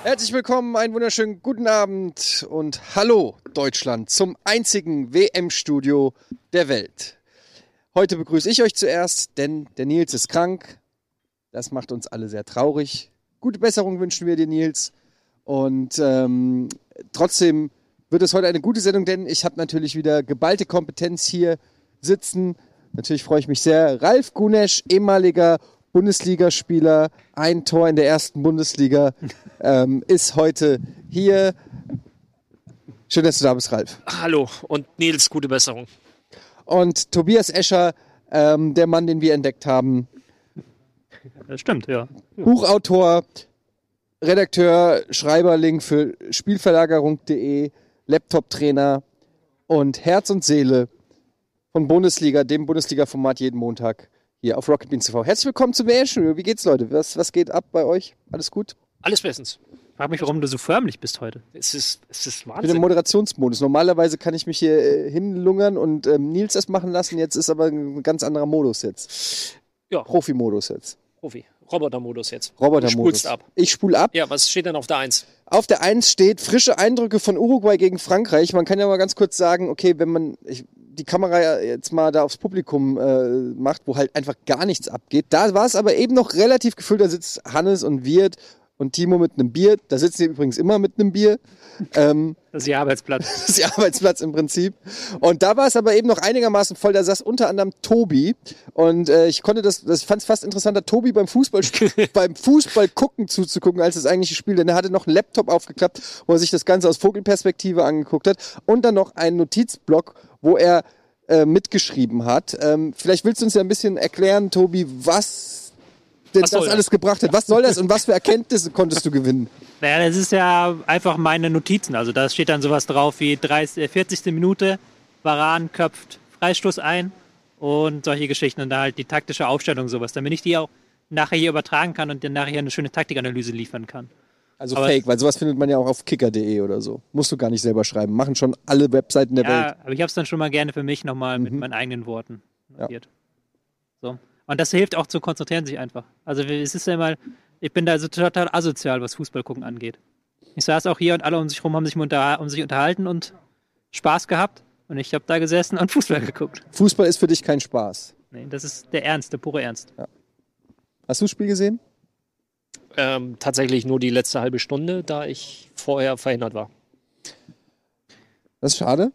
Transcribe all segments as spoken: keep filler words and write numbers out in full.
Herzlich willkommen, einen wunderschönen guten Abend und hallo Deutschland zum einzigen W M-Studio der Welt. Heute begrüße ich euch zuerst, denn der Nils ist krank. Das macht uns alle sehr traurig. Gute Besserung wünschen wir dir, Nils. Und ähm, trotzdem wird es heute eine gute Sendung, denn ich habe natürlich wieder geballte Kompetenz hier sitzen. Natürlich freue ich mich sehr. Ralf Gunesch, ehemaliger Bundesligaspieler, ein Tor in der ersten Bundesliga, ähm, ist heute hier. Schön, dass du da bist, Ralf. Hallo und Nils, gute Besserung. Und Tobias Escher, ähm, der Mann, den wir entdeckt haben. Das stimmt, ja. Buchautor, Redakteur, Schreiberling für Spielverlagerung punkt de, Laptop-Trainer und Herz und Seele von Bundesliga, dem Bundesliga-Format jeden Montag hier auf Rocket Beans T V. Herzlich willkommen zum W M-Studio. Wie geht's, Leute? Was, was geht ab bei euch? Alles gut? Alles bestens. Ich frage mich, warum du so förmlich bist heute. Es ist, es ist Ich bin Wahnsinn. im Moderationsmodus. Normalerweise kann ich mich hier äh, hinlungern und ähm, Nils das machen lassen. Jetzt ist aber ein ganz anderer Modus jetzt. Ja. Profi-Modus jetzt. Profi. Roboter-Modus jetzt. Roboter-Modus. Du spulst ab. Ich spule ab. Ja, was steht denn auf der eins? Auf der eins steht frische Eindrücke von Uruguay gegen Frankreich. Man kann ja mal ganz kurz sagen, okay, wenn man ich, die Kamera jetzt mal da aufs Publikum äh, macht, wo halt einfach gar nichts abgeht. Da war es aber eben noch relativ gefüllt. Da sitzt Hannes und Wirt und Timo mit einem Bier. Da sitzen die übrigens immer mit einem Bier. Ähm, Das ist ihr Arbeitsplatz. Das ist ihr Arbeitsplatz im Prinzip. Und da war es aber eben noch einigermaßen voll. Da saß unter anderem Tobi. Und äh, ich konnte das, das fand es fast interessanter, Tobi beim Fußball, beim Fußball gucken zuzugucken, als das eigentliche Spiel. Denn er hatte noch einen Laptop aufgeklappt, wo er sich das Ganze aus Vogelperspektive angeguckt hat. Und dann noch einen Notizblock, wo er äh, mitgeschrieben hat. Ähm, vielleicht willst du uns ja ein bisschen erklären, Tobi, was denn Was das soll alles das? gebracht hat. Was soll das und was für Erkenntnisse konntest du gewinnen? Naja, das ist ja einfach meine Notizen. Also da steht dann sowas drauf wie dreißig, vierzigste Minute, Varane köpft Freistoß ein und solche Geschichten. Und da halt die taktische Aufstellung sowas, damit ich die auch nachher hier übertragen kann und dann nachher hier eine schöne Taktikanalyse liefern kann. Also Aber Fake, weil sowas findet man ja auch auf kicker punkt de oder so. Musst du gar nicht selber schreiben. Machen schon alle Webseiten der Ja, Welt. aber ich habe es dann schon mal gerne für mich nochmal mit Mhm. meinen eigenen Worten notiert. So. Und das hilft auch zu konzentrieren sich einfach. Also es ist ja mal, ich bin da so total asozial, was Fußball gucken angeht. Ich saß auch hier und alle um sich rum haben sich, unter, um sich unterhalten und Spaß gehabt. Und ich habe da gesessen und Fußball geguckt. Fußball ist für dich kein Spaß. Nee, das ist der Ernst, der pure Ernst. Hast du das Spiel gesehen? Ähm, tatsächlich nur die letzte halbe Stunde, da ich vorher verhindert war. Das ist schade.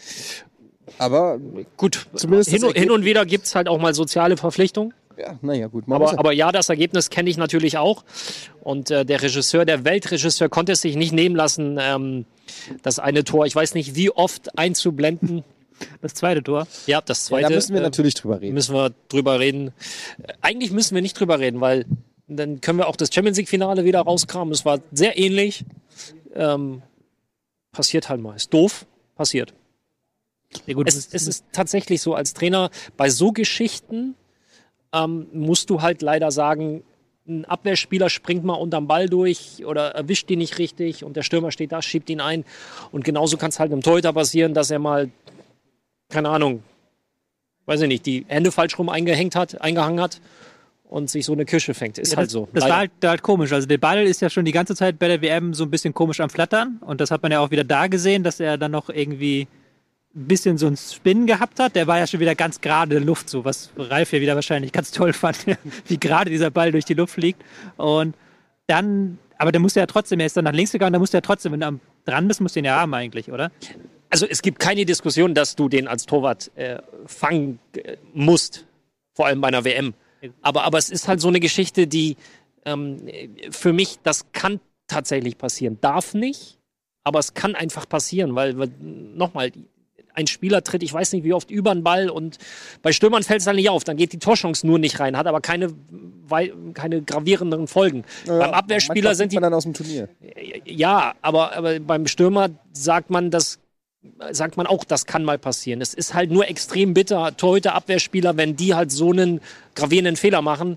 Aber Gut, Zumindest das hin, und- hin Ergebnis- und wieder gibt es halt auch mal soziale Verpflichtungen. ja, naja, gut. Man muss Aber, ja- aber ja, das Ergebnis kenne ich natürlich auch. Und äh, der Regisseur, der Weltregisseur, konnte es sich nicht nehmen lassen, ähm, das eine Tor, ich weiß nicht wie oft, einzublenden. Das zweite Tor. Ja, das ja, zweite. da müssen wir äh, natürlich drüber reden. Müssen wir drüber reden. Äh, Eigentlich müssen wir nicht drüber reden, weil dann können wir auch das Champions League-Finale wieder rauskramen. Es war sehr ähnlich. Ähm, passiert halt mal. Ist doof, passiert. Ja, gut, Es, es ist tatsächlich so, als Trainer bei so Geschichten ähm, musst du halt leider sagen, ein Abwehrspieler springt mal unterm Ball durch oder erwischt ihn nicht richtig und der Stürmer steht da, schiebt ihn ein. Und genauso kann es halt einem Torhüter passieren, dass er mal, keine Ahnung, weiß ich nicht, die Hände falsch rum eingehängt hat, eingehangen hat und sich so eine Kirsche fängt. Ist Ja, halt das, so. Das Leider. war halt, halt komisch. Also der Ball ist ja schon die ganze Zeit bei der W M so ein bisschen komisch am Flattern. Und das hat man ja auch wieder da gesehen, dass er dann noch irgendwie ein bisschen so einen Spin gehabt hat. Der war ja schon wieder ganz gerade in der Luft, so was Ralf ja wieder wahrscheinlich ganz toll fand, wie gerade dieser Ball durch die Luft fliegt. Und dann, aber der musste ja trotzdem, er ist dann nach links gegangen, da musste er trotzdem, wenn du am- dran bist, musst du ihn ja haben eigentlich, oder? Also es gibt keine Diskussion, dass du den als Torwart äh, fangen äh, musst, vor allem bei einer W M. Aber, aber es ist halt so eine Geschichte, die ähm, für mich, das kann tatsächlich passieren. Darf nicht, aber es kann einfach passieren, weil, weil nochmal, ein Spieler tritt, ich weiß nicht wie oft, über den Ball und bei Stürmern fällt es dann nicht auf. Dann geht die Torchance nur nicht rein, hat aber keine, wei- keine gravierenderen Folgen. Ja, Beim Abwehrspieler manchmal sind fliegt die man dann aus dem Turnier. ja, aber, aber beim Stürmer sagt man, das sagt man auch, das kann mal passieren. Es ist halt nur extrem bitter, Torhüter, Abwehrspieler, wenn die halt so einen gravierenden Fehler machen.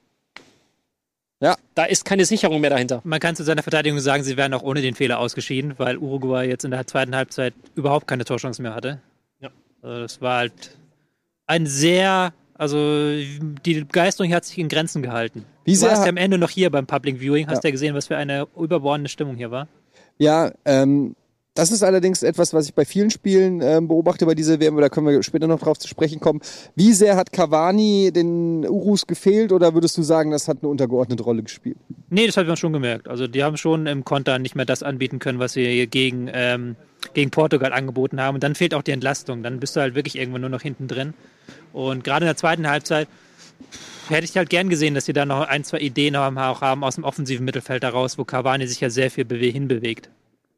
Ja. Da ist keine Sicherung mehr dahinter. Man kann zu seiner Verteidigung sagen, sie wären auch ohne den Fehler ausgeschieden, weil Uruguay jetzt in der zweiten Halbzeit überhaupt keine Torchance mehr hatte. Ja. Also das war halt ein sehr Also die Begeisterung hat sich in Grenzen gehalten. Wie du sehr warst ha- ja am Ende noch hier beim Public Viewing, hast Ja. ja gesehen, was für eine überbordende Stimmung hier war. Ja, ähm, das ist allerdings etwas, was ich bei vielen Spielen ähm, beobachte bei dieser W M, da können wir später noch drauf zu sprechen kommen. Wie sehr hat Cavani den Urus gefehlt oder würdest du sagen, das hat eine untergeordnete Rolle gespielt? Nee, das hat man schon gemerkt. Also die haben schon im Konter nicht mehr das anbieten können, was sie hier gegen, ähm, gegen Portugal angeboten haben. Und dann fehlt auch die Entlastung. Dann bist du halt wirklich irgendwann nur noch hinten drin. Und gerade in der zweiten Halbzeit hätte ich halt gern gesehen, dass sie da noch ein, zwei Ideen haben, auch haben aus dem offensiven Mittelfeld heraus, wo Cavani sich ja sehr viel bewe- hinbewegt.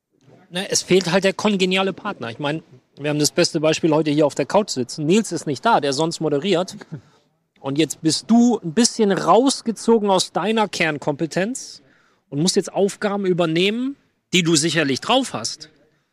Ne, es fehlt halt der kongeniale Partner. Ich meine, wir haben das beste Beispiel heute hier auf der Couch sitzen. Nils ist nicht da, der sonst moderiert. Und jetzt bist du ein bisschen rausgezogen aus deiner Kernkompetenz und musst jetzt Aufgaben übernehmen, die du sicherlich drauf hast.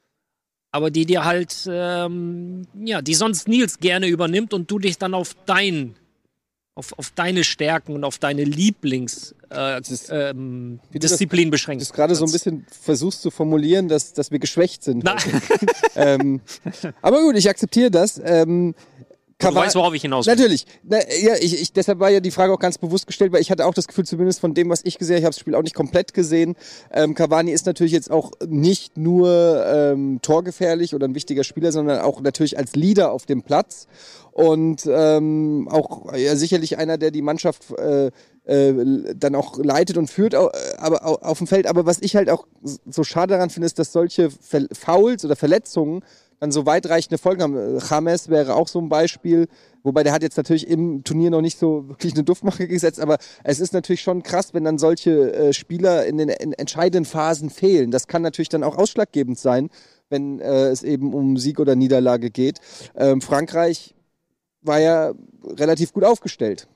Aber die dir halt, ähm, ja, die sonst Nils gerne übernimmt und du dich dann auf dein, auf, auf deine Stärken und auf deine Lieblings äh, ist- ähm, wie du das- Disziplin Du beschränkt. hast gerade so ein bisschen versuchst zu formulieren, dass, dass wir geschwächt sind. Na, ähm, aber gut, ich akzeptiere das. Ähm, du Cava- weißt, worauf ich hinaus will. Natürlich. Na, ja, ich, ich, deshalb war ja die Frage auch ganz bewusst gestellt, weil ich hatte auch das Gefühl, zumindest von dem, was ich gesehen habe, ich habe das Spiel auch nicht komplett gesehen. Ähm, Cavani ist natürlich jetzt auch nicht nur ähm, torgefährlich oder ein wichtiger Spieler, sondern auch natürlich als Leader auf dem Platz. Und ähm, auch ja, sicherlich einer, der die Mannschaft äh, äh, dann auch leitet und führt au- aber au- auf dem Feld. Aber was ich halt auch so schade daran finde, ist, dass solche Ver- Fouls oder Verletzungen dann so weitreichende Folgen haben. James wäre auch so ein Beispiel, wobei der hat jetzt natürlich im Turnier noch nicht so wirklich eine Duftmache gesetzt, aber es ist natürlich schon krass, wenn dann solche äh, Spieler in den in entscheidenden Phasen fehlen. Das kann natürlich dann auch ausschlaggebend sein, wenn äh, es eben um Sieg oder Niederlage geht. Ähm, Frankreich war ja relativ gut aufgestellt.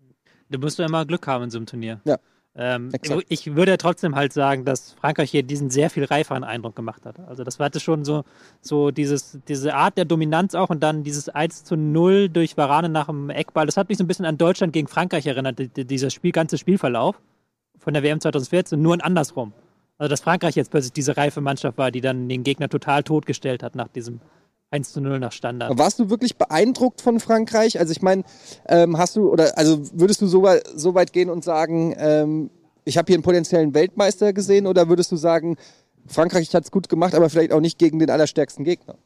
Du musst ja immer Glück haben in so einem Turnier. Ja. Ähm, Exakt. ich würde ja trotzdem halt sagen, dass Frankreich hier diesen sehr viel reiferen Eindruck gemacht hat. Also das war hatte schon so, so dieses, diese Art der Dominanz auch und dann dieses eins zu null durch Varane nach dem Eckball. Das hat mich so ein bisschen an Deutschland gegen Frankreich erinnert, die- die- dieser Spiel, ganze Spielverlauf von der W M zwanzig vierzehn, nur andersrum. Also dass Frankreich jetzt plötzlich diese reife Mannschaft war, die dann den Gegner total totgestellt hat nach diesem eins zu null nach Standard. Warst du wirklich beeindruckt von Frankreich? Also ich meine, ähm, hast du, oder also würdest du so, wei- so weit gehen und sagen, ähm, ich habe hier einen potenziellen Weltmeister gesehen, oder würdest du sagen, Frankreich hat es gut gemacht, aber vielleicht auch nicht gegen den allerstärksten Gegner?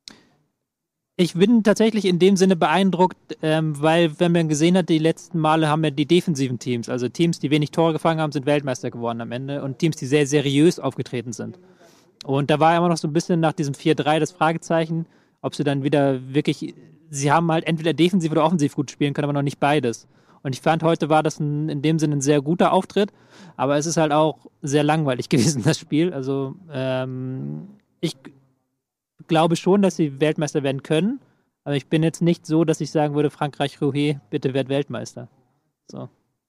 Ich bin tatsächlich in dem Sinne beeindruckt, ähm, weil, wenn man gesehen hat, die letzten Male haben ja die defensiven Teams, also Teams, die wenig Tore gefangen haben, sind Weltmeister geworden am Ende und Teams, die sehr seriös aufgetreten sind. Und da war immer noch so ein bisschen nach diesem vier drei das Fragezeichen, ob sie dann wieder wirklich, sie haben halt entweder defensiv oder offensiv gut spielen können, aber noch nicht beides. Und ich fand, heute war das ein, in dem Sinne ein sehr guter Auftritt, aber es ist halt auch sehr langweilig gewesen, das Spiel. Also ähm, ich glaube schon, dass sie Weltmeister werden können, aber ich bin jetzt nicht so, dass ich sagen würde, Frankreich, Rouet, bitte werd Weltmeister. So.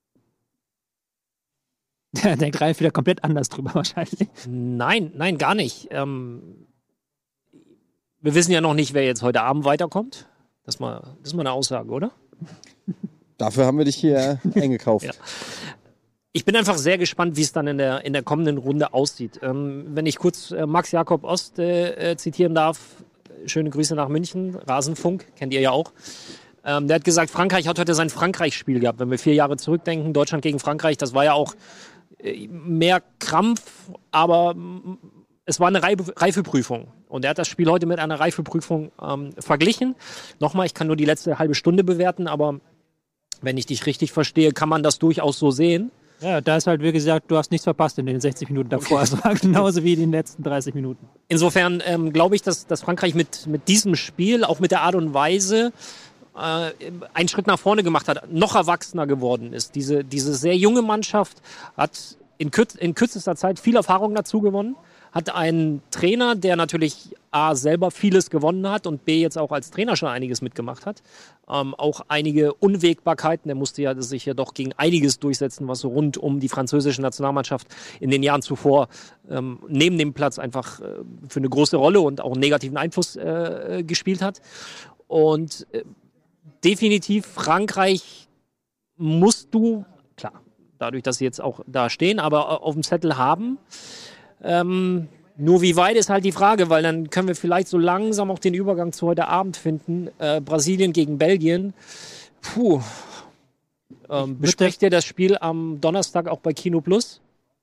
Da denkt Ralf wieder komplett anders drüber wahrscheinlich. Nein, nein, gar nicht. Ähm, wir wissen ja noch nicht, wer jetzt heute Abend weiterkommt. Das ist mal, das ist mal eine Aussage, oder? Dafür haben wir dich hier eingekauft. Ja. Ich bin einfach sehr gespannt, wie es dann in der, in der kommenden Runde aussieht. Ähm, wenn ich kurz äh, Max Jakob Ost äh, äh, zitieren darf, schöne Grüße nach München, Rasenfunk, kennt ihr ja auch. Ähm, der hat gesagt, Frankreich hat heute sein Frankreich-Spiel gehabt. Wenn wir vier Jahre zurückdenken, Deutschland gegen Frankreich, das war ja auch äh, mehr Krampf, aber mm, es war eine Reife, Reifeprüfung. Und er hat das Spiel heute mit einer Reifeprüfung ähm, verglichen. Nochmal, ich kann nur die letzte halbe Stunde bewerten, aber wenn ich dich richtig verstehe, kann man das durchaus so sehen. Ja, da ist halt, wie gesagt, du hast nichts verpasst in den sechzig Minuten davor. Okay. Also genauso wie in den letzten dreißig Minuten. Insofern ähm, glaube ich, dass, dass Frankreich mit, mit diesem Spiel, auch mit der Art und Weise, äh, einen Schritt nach vorne gemacht hat, noch erwachsener geworden ist. Diese, diese sehr junge Mannschaft hat in, kürz, in kürzester Zeit viel Erfahrung dazu gewonnen, hat einen Trainer, der natürlich A, selber vieles gewonnen hat und B, jetzt auch als Trainer schon einiges mitgemacht hat. Ähm, auch einige Unwägbarkeiten. Der musste ja sich ja doch gegen einiges durchsetzen, was so rund um die französische Nationalmannschaft in den Jahren zuvor ähm, neben dem Platz einfach äh, für eine große Rolle und auch einen negativen Einfluss äh, gespielt hat. Und äh, definitiv Frankreich musst du, klar, dadurch, dass sie jetzt auch da stehen, aber auf dem Zettel haben. Ähm, nur wie weit ist halt die Frage, weil dann können wir vielleicht so langsam auch den Übergang zu heute Abend finden. Äh, Brasilien gegen Belgien. Puh. Ähm, besprecht ihr das Spiel am Donnerstag auch bei Kino Plus?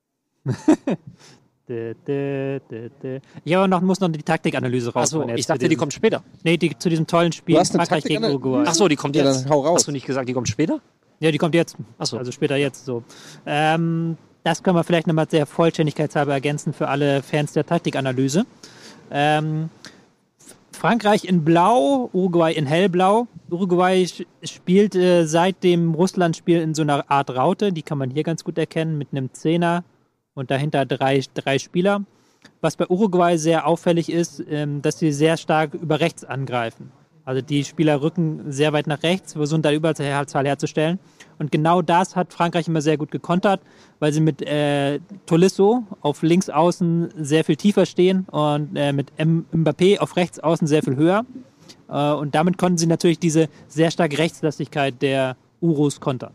Dä, dä, dä, dä. Ich aber noch, muss noch die Taktikanalyse raus. Achso, ich dachte, die kommt später. Nee, die, zu diesem tollen Spiel Du hast eine Frankreich gegen Taktikanalyse? Uruguay. Achso, die kommt Ja, jetzt. dann hau raus. Hast du nicht gesagt, die kommt später? Ja, die kommt jetzt. Achso. Also später jetzt so. Ähm, das können wir vielleicht nochmal sehr vollständigkeitshalber ergänzen für alle Fans der Taktikanalyse. Ähm, Frankreich in Blau, Uruguay in Hellblau. Uruguay spielt äh, seit dem Russland-Spiel in so einer Art Raute. Die kann man hier ganz gut erkennen mit einem Zehner und dahinter drei, drei Spieler. Was bei Uruguay sehr auffällig ist, ähm, dass sie sehr stark über rechts angreifen. Also die Spieler rücken sehr weit nach rechts, versuchen da Überzahl herzustellen. Und genau das hat Frankreich immer sehr gut gekontert, weil sie mit äh, Tolisso auf links außen sehr viel tiefer stehen und äh, mit M- Mbappé auf rechts außen sehr viel höher. Äh, und damit konnten sie natürlich diese sehr starke Rechtslastigkeit der Urus kontern.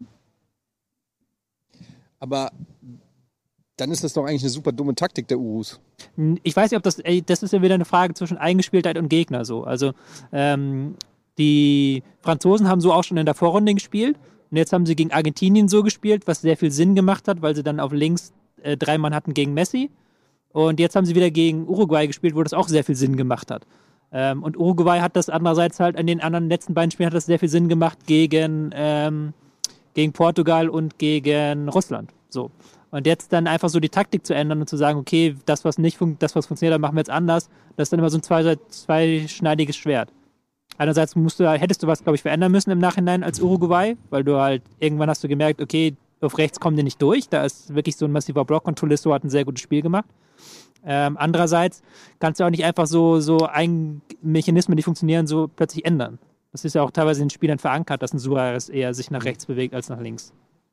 Aber dann ist das doch eigentlich eine super dumme Taktik der Urus. Ich weiß nicht, ob das, ey, das ist ja wieder eine Frage zwischen Eingespieltheit und Gegner so. Also ähm, die Franzosen haben so auch schon in der Vorrunde gespielt und jetzt haben sie gegen Argentinien so gespielt, was sehr viel Sinn gemacht hat, weil sie dann auf links äh, drei Mann hatten gegen Messi und jetzt haben sie wieder gegen Uruguay gespielt, wo das auch sehr viel Sinn gemacht hat. Ähm, und Uruguay hat das andererseits halt in den anderen letzten beiden Spielen hat das sehr viel Sinn gemacht gegen, ähm, gegen Portugal und gegen Russland. So. Und jetzt dann einfach so die Taktik zu ändern und zu sagen, okay, das, was nicht fun- das, was funktioniert, machen wir jetzt anders, das ist dann immer so ein zwei- zweischneidiges Schwert. Einerseits musst du, hättest du was, glaube ich, verändern müssen im Nachhinein als Uruguay, weil du halt, irgendwann hast du gemerkt, okay, auf rechts kommen die nicht durch, da ist wirklich so ein massiver Block und Tolisso hat ein sehr gutes Spiel gemacht. Ähm, andererseits kannst du auch nicht einfach so, so ein Mechanismen, die funktionieren, so plötzlich ändern. Das ist ja auch teilweise in den Spielern verankert, dass ein Suarez eher sich nach rechts bewegt als nach links.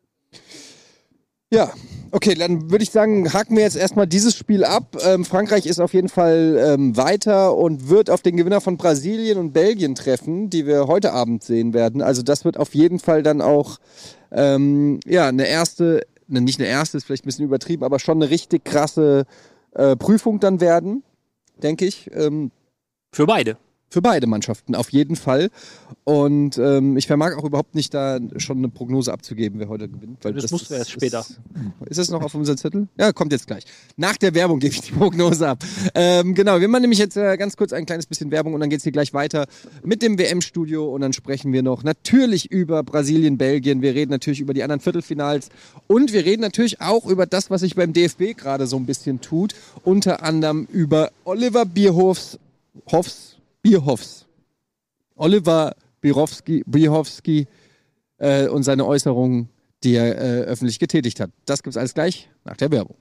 Ja, okay, dann würde ich sagen, haken wir jetzt erstmal dieses Spiel ab. Ähm, Frankreich ist auf jeden Fall ähm, weiter und wird auf den Gewinner von Brasilien und Belgien treffen, die wir heute Abend sehen werden. Also das wird auf jeden Fall dann auch ähm, ja, eine erste, ne, nicht eine erste, ist vielleicht ein bisschen übertrieben, aber schon eine richtig krasse äh, Prüfung dann werden, denke ich. Ähm, Für beide. Für beide Mannschaften, auf jeden Fall. Und ähm, ich vermag auch überhaupt nicht, da schon eine Prognose abzugeben, wer heute gewinnt. Weil Das das musst du erst ist, später. Ist, ist das noch auf unserem Zettel? Ja, kommt jetzt gleich. Nach der Werbung gebe ich die Prognose ab. Ähm, genau, wir machen nämlich jetzt äh, ganz kurz ein kleines bisschen Werbung und dann geht's hier gleich weiter mit dem W M-Studio und dann sprechen wir noch natürlich über Brasilien, Belgien. Wir reden natürlich über die anderen Viertelfinals und wir reden natürlich auch über das, was sich beim D F B gerade so ein bisschen tut. Unter anderem über Oliver Bierhofs, Hofs, Bierhofs. Oliver Bierhofsky, Bierhofsky äh, und seine Äußerungen, die er äh, öffentlich getätigt hat. Das gibt's alles gleich nach der Werbung.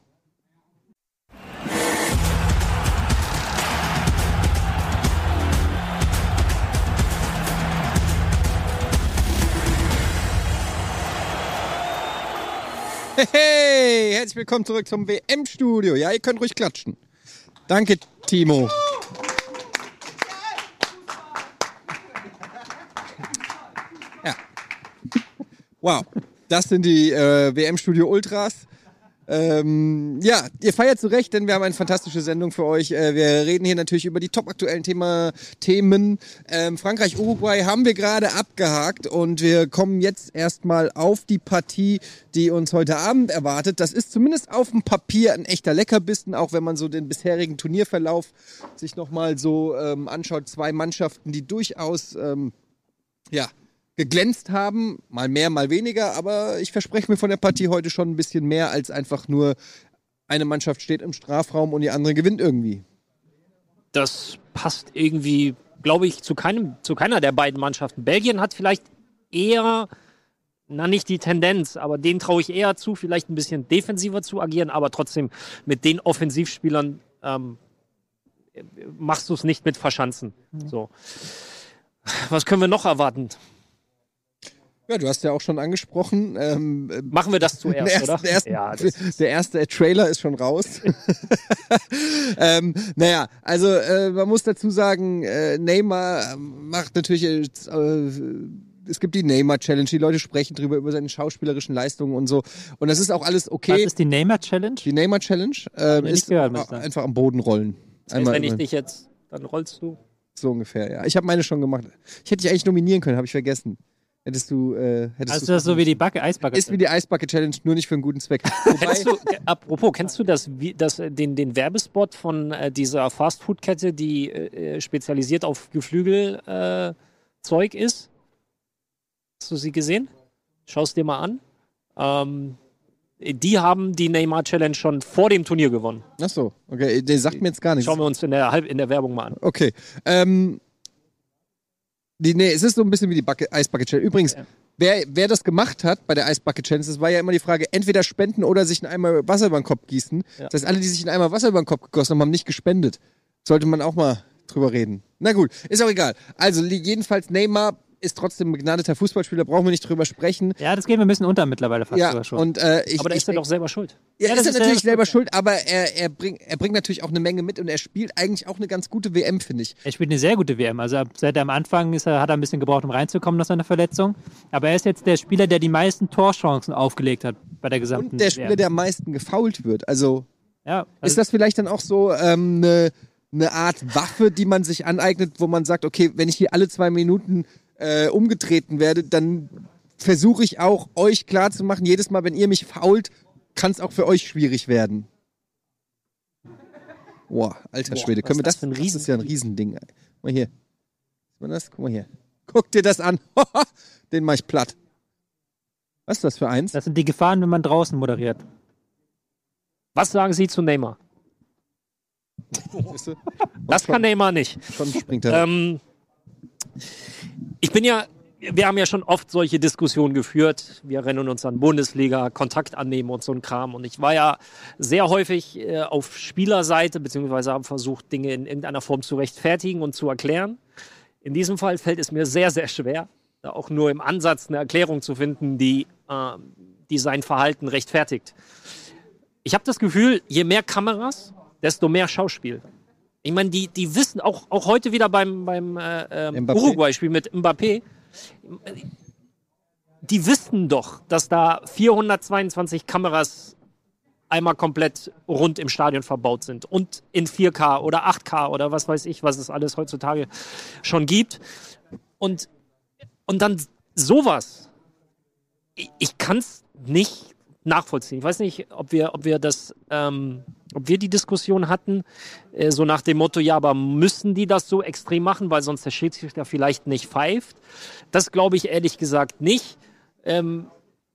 Hey, hey, herzlich willkommen zurück zum W M-Studio. Ja, ihr könnt ruhig klatschen. Danke, Timo. Ja. Wow, das sind die äh, W M-Studio Ultras. Ähm, ja, ihr feiert zu Recht, denn wir haben eine fantastische Sendung für euch. Äh, wir reden hier natürlich über die topaktuellen Thema, Themen. Ähm, Frankreich, Uruguay haben wir gerade abgehakt und wir kommen jetzt erstmal auf die Partie, die uns heute Abend erwartet. Das ist zumindest auf dem Papier ein echter Leckerbissen, auch wenn man so den bisherigen Turnierverlauf sich nochmal so ähm, anschaut. Zwei Mannschaften, die durchaus, ähm, ja, geglänzt haben, mal mehr, mal weniger, aber ich verspreche mir von der Partie heute schon ein bisschen mehr als einfach nur eine Mannschaft steht im Strafraum und die andere gewinnt irgendwie. Das passt irgendwie, glaube ich, zu keinem, zu keiner der beiden Mannschaften. Belgien hat vielleicht eher, na nicht die Tendenz, aber denen traue ich eher zu, vielleicht ein bisschen defensiver zu agieren, aber trotzdem mit den Offensivspielern ähm, machst du es nicht mit Verschanzen. So. Was können wir noch erwarten? Ja, du hast ja auch schon angesprochen. Ähm, Machen wir das zuerst, ersten, oder? Der erste, Ja, das der erste Trailer ist schon raus. ähm, naja, also äh, man muss dazu sagen, äh, Neymar macht natürlich, äh, es gibt die Neymar-Challenge, die Leute sprechen drüber, über seine schauspielerischen Leistungen und so. Und das ist auch alles okay. Was ist die Neymar-Challenge? Die Neymar-Challenge ähm, ist gehört, einfach am Boden rollen. Das heißt, wenn ich dich jetzt, dann rollst du. So ungefähr, ja. Ich habe meine schon gemacht. Ich hätte dich eigentlich nominieren können, habe ich vergessen. Hättest du, äh, hättest Also du das ist so wie die Backe, Eisbacke. Ist wie die Eisbacke-Challenge, nur nicht für einen guten Zweck. Wobei, Kennst du, äh, apropos, kennst du das, wie, das, äh, den, den Werbespot von äh, dieser Fastfood-Kette, die äh, spezialisiert auf Geflügelzeug äh, Zeug ist? Hast du sie gesehen? Schau es dir mal an. Ähm, die haben die Neymar-Challenge schon vor dem Turnier gewonnen. ach so, okay, der sagt mir jetzt gar nichts. Schauen wir uns in der, halb in der Werbung mal an. Okay, ähm, die, nee, es ist so ein bisschen wie die Backe, Eisbacke-Challenge. Übrigens, Ja. wer, wer das gemacht hat bei der Eisbacke-Challenge, das war ja immer die Frage, entweder spenden oder sich einen Eimer Wasser über den Kopf gießen. Ja. Das heißt, alle, die sich einen Eimer Wasser über den Kopf gegossen haben, haben nicht gespendet. Sollte man auch mal drüber reden. Na gut, ist auch egal. Also, jedenfalls Neymar ist trotzdem ein begnadeter Fußballspieler, brauchen wir nicht drüber sprechen. Ja, das geht mir ein bisschen unter mittlerweile fast Ja, sogar schon. und äh, ich, Aber da ich ist er denk- doch selber schuld. Ja, Ja, ist das er ist natürlich selber selber schuld, aber er, er, bringt, er bringt natürlich auch eine Menge mit und er spielt eigentlich auch eine ganz gute W M, finde ich. Er spielt eine sehr gute W M. Also ab- seit am Anfang ist er, hat er ein bisschen gebraucht, um reinzukommen nach seiner Verletzung. Aber er ist jetzt der Spieler, der die meisten Torchancen aufgelegt hat bei der gesamten Und der Spieler, W M. der am meisten gefoult wird. Also Ja, ist also das vielleicht dann auch so ähm, eine, eine Art Waffe, die man sich aneignet, wo man sagt, okay, wenn ich hier alle zwei Minuten äh, umgetreten werde, dann versuche ich auch, euch klarzumachen, jedes Mal, wenn ihr mich fault, kann es auch für euch schwierig werden. Boah, alter Boah, Schwede, was können wir ist das das? für ein Das ist ja ein Riesending. Guck mal hier. Sieht man das? Guck mal hier. Guck dir das an. Den mach ich platt. Was ist das für eins? das sind die Gefahren, wenn man draußen moderiert. Was sagen Sie zu Neymar? Siehst du? Das kann Neymar nicht. Schon springt er. Ähm, ich bin ja, wir haben ja schon oft solche Diskussionen geführt. Wir erinnern uns an Bundesliga, Kontakt annehmen und so ein Kram. Und ich war ja sehr häufig äh, auf Spielerseite, beziehungsweise habe versucht, Dinge in irgendeiner Form zu rechtfertigen und zu erklären. In diesem Fall fällt es mir sehr, sehr schwer, da auch nur im Ansatz eine Erklärung zu finden, die, äh, die sein Verhalten rechtfertigt. Ich habe das Gefühl, je mehr Kameras, desto mehr Schauspiel. Ich meine, die, die wissen, auch, auch heute wieder beim, beim äh, ähm, Mbappé. Uruguay-Spiel mit Mbappé, die wissen doch, dass da vierhundertzweiundzwanzig Kameras einmal komplett rund im Stadion verbaut sind und in vier K oder acht K oder was weiß ich, was es alles heutzutage schon gibt. Und, und dann sowas. Ich, ich kann es nicht nachvollziehen. Ich weiß nicht, ob wir, ob wir das, ähm, ob wir die Diskussion hatten, äh, so nach dem Motto, ja, aber müssen die das so extrem machen, weil sonst der Schiedsrichter vielleicht nicht pfeift? Das glaube ich ehrlich gesagt nicht. Ähm,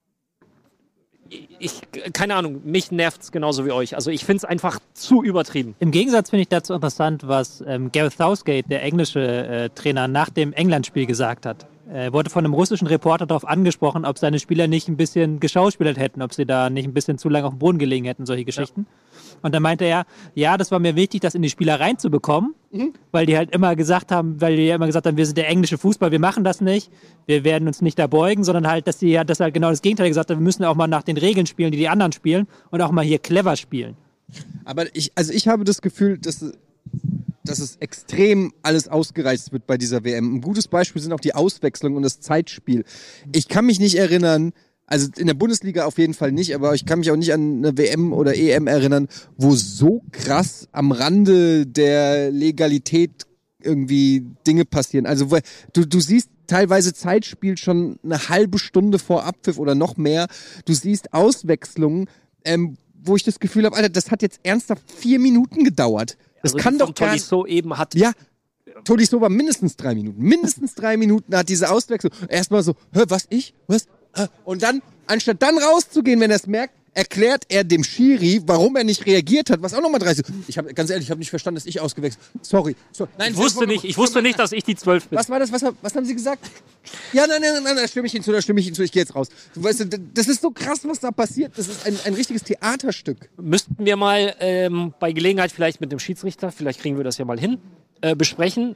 ich, keine Ahnung, mich nervt es genauso wie euch. Also ich finde es einfach zu übertrieben. Im Gegensatz finde ich dazu interessant, was ähm, Gareth Southgate, der englische äh, Trainer, nach dem England-Spiel gesagt hat. Er wurde von einem russischen Reporter darauf angesprochen, ob seine Spieler nicht ein bisschen geschauspielert hätten, ob sie da nicht ein bisschen zu lange auf dem Boden gelegen hätten, solche Geschichten. Ja. Und dann meinte er, ja, das war mir wichtig, das in die Spieler reinzubekommen, mhm. weil die halt immer gesagt haben, weil die ja immer gesagt haben, wir sind der englische Fußball, wir machen das nicht, wir werden uns nicht da beugen, sondern halt, dass sie ja das halt genau das Gegenteil gesagt haben, wir müssen auch mal nach den Regeln spielen, die die anderen spielen und auch mal hier clever spielen. Aber ich, also ich habe das Gefühl, dass, dass es extrem alles ausgereizt wird bei dieser W M. Ein gutes Beispiel sind auch die Auswechslungen und das Zeitspiel. Ich kann mich nicht erinnern, also in der Bundesliga auf jeden Fall nicht, aber ich kann mich auch nicht an eine W M oder E M erinnern, wo so krass am Rande der Legalität irgendwie Dinge passieren. Also wo- du, du siehst teilweise Zeitspiel schon eine halbe Stunde vor Abpfiff oder noch mehr. Du siehst Auswechslungen, ähm, wo ich das Gefühl habe, Alter, das hat jetzt ernsthaft vier Minuten gedauert. Das Also kann die doch von gar nicht. Tolisso eben hat. Ja, Tolisso war mindestens drei Minuten. Mindestens drei Minuten hat diese Auswechslung. Erstmal so, hä, was, ich? Was? Hä? Und dann, anstatt dann rauszugehen, wenn er es merkt, erklärt er dem Schiri, warum er nicht reagiert hat, was auch nochmal dreißig. Ich habe ganz ehrlich, ich habe nicht verstanden, dass ich ausgewechselt. Sorry. So, nein, Ich wusste nicht, ich wusste nicht, dass ich die zwölf bin. Was war das? Was, was haben Sie gesagt? Ja, nein, nein, nein, nein, da stimme ich hinzu, da stimme ich hinzu, ich gehe jetzt raus. Du weißt, das ist so krass, was da passiert. Das ist ein, ein richtiges Theaterstück. Müssten wir mal ähm, bei Gelegenheit vielleicht mit dem Schiedsrichter, vielleicht kriegen wir das ja mal hin, äh, besprechen.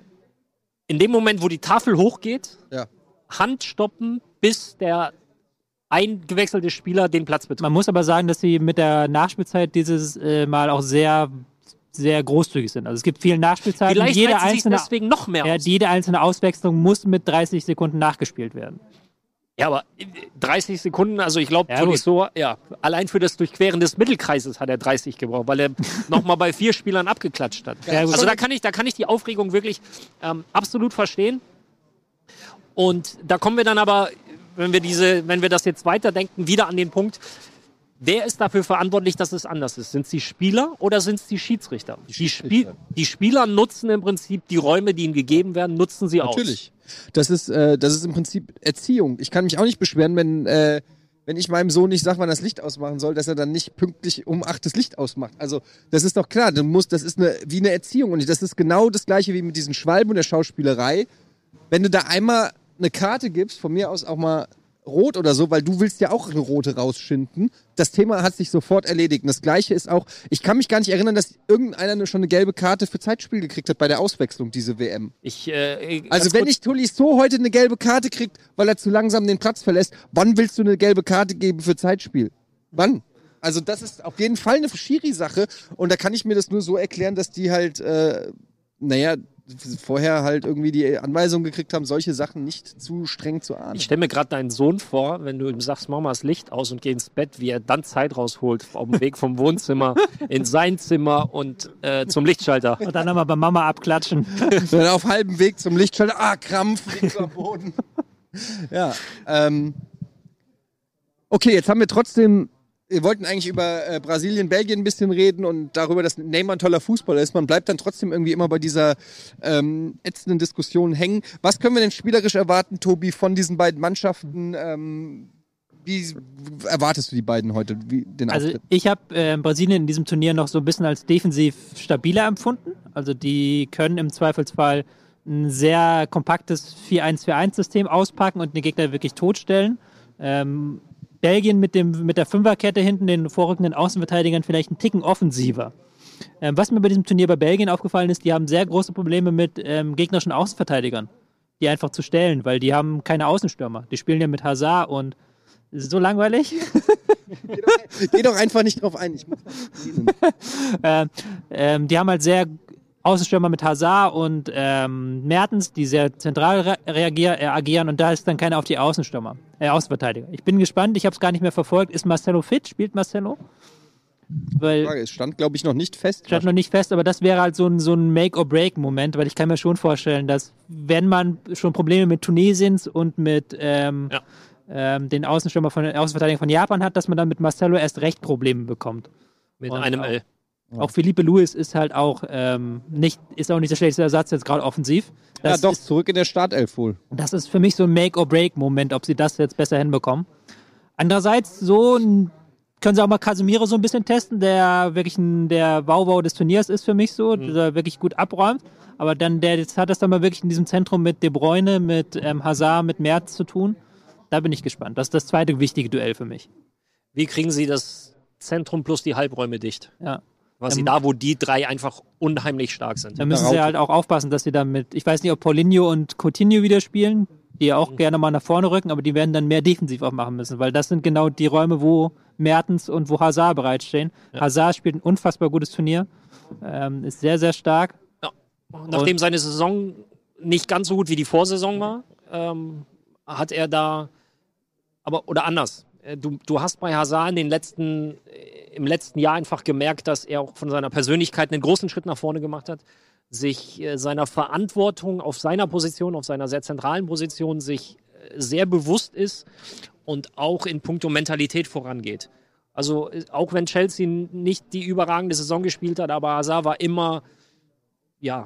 In dem Moment, wo die Tafel hochgeht, Ja. Hand stoppen, bis der eingewechselte Spieler den Platz betritt. Man muss aber sagen, dass sie mit der Nachspielzeit dieses äh, Mal auch sehr, sehr großzügig sind. Also es gibt viele Nachspielzeiten. Vielleicht jede reizen sie es einzelne, deswegen noch mehr ja, aus. jede einzelne Auswechslung muss mit dreißig Sekunden nachgespielt werden. Ja, aber dreißig Sekunden, also ich glaube, Ja, Tolisso, ja, allein für das Durchqueren des Mittelkreises hat er dreißig gebraucht, weil er nochmal bei vier Spielern abgeklatscht hat. Ja, gut. Also da kann ich, da kann ich die Aufregung wirklich ähm, absolut verstehen. Und da kommen wir dann aber wenn wir diese, wenn wir das jetzt weiterdenken, wieder an den Punkt, wer ist dafür verantwortlich, dass es anders ist? Sind es die Spieler oder sind es die Schiedsrichter? Die, die, Spie- die Spieler nutzen im Prinzip die Räume, die ihnen gegeben werden, nutzen sie aus. Natürlich. Das ist, äh, das ist im Prinzip Erziehung. Ich kann mich auch nicht beschweren, wenn, äh, wenn ich meinem Sohn nicht sage, wann das Licht ausmachen soll, dass er dann nicht pünktlich um acht das Licht ausmacht. Also das ist doch klar. Du musst, das ist eine, wie eine Erziehung. Und das ist genau das Gleiche wie mit diesen Schwalben und der Schauspielerei. Wenn du da einmal eine Karte gibst, von mir aus auch mal rot oder so, weil du willst ja auch eine rote rausschinden. Das Thema hat sich sofort erledigt. Und das Gleiche ist auch, ich kann mich gar nicht erinnern, dass irgendeiner schon eine gelbe Karte für Zeitspiel gekriegt hat bei der Auswechslung, diese W M. Ich, äh, also wenn ich Tolisso heute eine gelbe Karte kriegt, weil er zu langsam den Platz verlässt, wann willst du eine gelbe Karte geben für Zeitspiel? Wann? Also das ist auf jeden Fall eine Schiri-Sache und da kann ich mir das nur so erklären, dass die halt, äh, naja, vorher halt irgendwie die Anweisung gekriegt haben, solche Sachen nicht zu streng zu ahnden. Ich stelle mir gerade deinen Sohn vor, wenn du ihm sagst, mach mal das Licht aus und geh ins Bett, wie er dann Zeit rausholt, auf dem Weg vom Wohnzimmer in sein Zimmer und äh, zum Lichtschalter. Und dann nochmal bei Mama abklatschen. So, dann auf halbem Weg zum Lichtschalter, ah, Krampf, links am Boden. Ja, ähm. Okay, jetzt haben wir trotzdem, wir wollten eigentlich über äh, Brasilien, Belgien ein bisschen reden und darüber, dass Neymar ein toller Fußballer ist. Man bleibt dann trotzdem irgendwie immer bei dieser ähm, ätzenden Diskussion hängen. Was können wir denn spielerisch erwarten, Tobi, von diesen beiden Mannschaften? Ähm, wie erwartest du die beiden heute, wie, den Also Auftritt? ich habe äh, Brasilien in diesem Turnier noch so ein bisschen als defensiv stabiler empfunden. Also die können im Zweifelsfall ein sehr kompaktes vier eins vier eins System auspacken und den Gegner wirklich totstellen. Ähm, Belgien mit, dem, mit der Fünferkette hinten, den vorrückenden Außenverteidigern vielleicht einen Ticken offensiver. Ähm, was mir bei diesem Turnier bei Belgien aufgefallen ist, die haben sehr große Probleme mit ähm, gegnerischen Außenverteidigern, die einfach zu stellen, weil die haben keine Außenstürmer. Die spielen ja mit Hazard und es ist so langweilig. Geh doch, geh doch einfach nicht drauf ein. Ich muss äh, ähm, die haben halt sehr Außenstürmer mit Hazard und ähm, Mertens, die sehr zentral re- reagier, äh, agieren und da ist dann keiner auf die Außenstürmer, äh, Außenverteidiger. Ich bin gespannt, ich habe es gar nicht mehr verfolgt. Ist Marcelo fit? Spielt Marcelo? Weil Frage, es stand, glaube ich, noch nicht fest. stand noch nicht fest, aber das wäre halt so ein, so ein Make-or-Break-Moment, weil ich kann mir schon vorstellen, dass wenn man schon Probleme mit Tunesiens und mit ähm, Ja. ähm, den Außenstürmer von Außenverteidiger von Japan hat, dass man dann mit Marcelo erst recht Probleme bekommt. Mit Und einem auch- L. Auch Felipe Luis ist halt auch ähm, nicht, ist auch nicht der schlechteste Ersatz jetzt gerade offensiv. Ja, Das doch, ist, zurück in der Startelf wohl. das ist für mich so ein Make-or-Break-Moment, ob sie das jetzt besser hinbekommen. Andererseits, so ein, können sie auch mal Casemiro so ein bisschen testen, der wirklich ein, der Wauwau des Turniers ist für mich so, Mhm. der wirklich gut abräumt. Aber dann, der jetzt hat das dann mal wirklich in diesem Zentrum mit De Bruyne, mit ähm, Hazard, mit Merz zu tun. Da bin ich gespannt. Das ist das zweite wichtige Duell für mich. Wie kriegen sie das Zentrum plus die Halbräume dicht? Ja. Quasi Ähm, da, wo die drei einfach unheimlich stark sind. Da müssen sie Raute. halt auch aufpassen, dass sie damit, ich weiß nicht, ob Paulinho und Coutinho wieder spielen, die ja auch gerne mal nach vorne rücken, aber die werden dann mehr defensiv auch machen müssen, weil das sind genau die Räume, wo Mertens und wo Hazard bereitstehen. Ja. Hazard spielt ein unfassbar gutes Turnier, ähm, ist sehr, sehr stark. Ja. Nachdem seine Saison nicht ganz so gut wie die Vorsaison war, ähm, hat er da, aber oder anders. Äh, Du, du hast bei Hazard in den letzten, äh, im letzten Jahr einfach gemerkt, dass er auch von seiner Persönlichkeit einen großen Schritt nach vorne gemacht hat, sich äh, seiner Verantwortung auf seiner Position, auf seiner sehr zentralen Position, sich äh, sehr bewusst ist und auch in puncto Mentalität vorangeht. Also äh, auch wenn Chelsea nicht die überragende Saison gespielt hat, aber Hazard war immer, ja,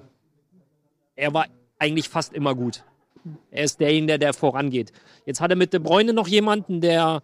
er war eigentlich fast immer gut. Er ist derjenige, der vorangeht. Jetzt hat er mit De Bruyne noch jemanden, der,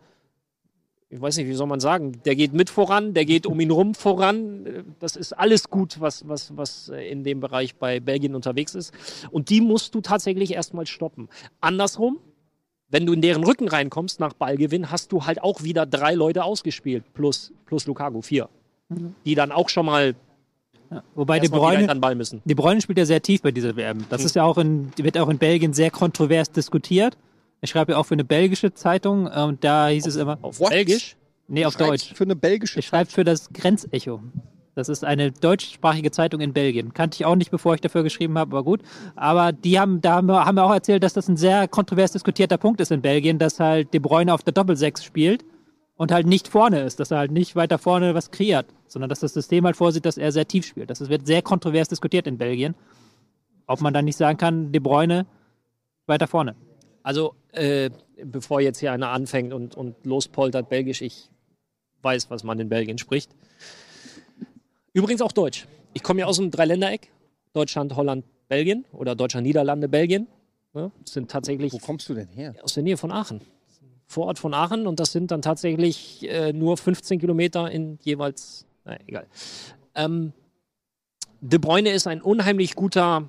ich weiß nicht, wie soll man sagen, der geht mit voran, der geht um ihn rum voran. Das ist alles gut, was, was, was in dem Bereich bei Belgien unterwegs ist. Und die musst du tatsächlich erstmal stoppen. Andersrum, wenn du in deren Rücken reinkommst nach Ballgewinn, hast du halt auch wieder drei Leute ausgespielt, plus, plus Lukaku, vier. Die dann auch schon mal Ja. Wobei De erstmal wieder Bruyne, an den Ball müssen. De Bruyne spielt ja sehr tief bei dieser W M. Das Hm. ist ja auch in, wird auch in Belgien sehr kontrovers diskutiert. Ich schreibe ja auch für eine belgische Zeitung äh, und da hieß es immer, Auf What? Belgisch. nee, auf Schreibst Deutsch. Für eine belgische Ich schreibe für das Grenzecho. Das ist eine deutschsprachige Zeitung in Belgien. Kannte ich auch nicht, bevor ich dafür geschrieben habe, aber gut. Aber die haben, da haben wir, haben wir auch erzählt, dass das ein sehr kontrovers diskutierter Punkt ist in Belgien, dass halt De Bruyne auf der Doppelsechs spielt und halt nicht vorne ist, dass er halt nicht weiter vorne was kreiert, sondern dass das System halt vorsieht, dass er sehr tief spielt. Das wird sehr kontrovers diskutiert in Belgien. Ob man dann nicht sagen kann, De Bruyne weiter vorne. Also äh, bevor jetzt hier einer anfängt und, und lospoltert Belgisch, ich weiß, was man in Belgien spricht. Übrigens auch Deutsch. Ich komme ja aus dem Dreiländereck. Deutschland, Holland, Belgien oder Deutschland, Niederlande, Belgien. Ja, das sind tatsächlich Wo kommst du denn her? aus der Nähe von Aachen. Vorort von Aachen und das sind dann tatsächlich äh, nur fünfzehn Kilometer in jeweils, na egal. Ähm, De Bruyne ist ein unheimlich guter,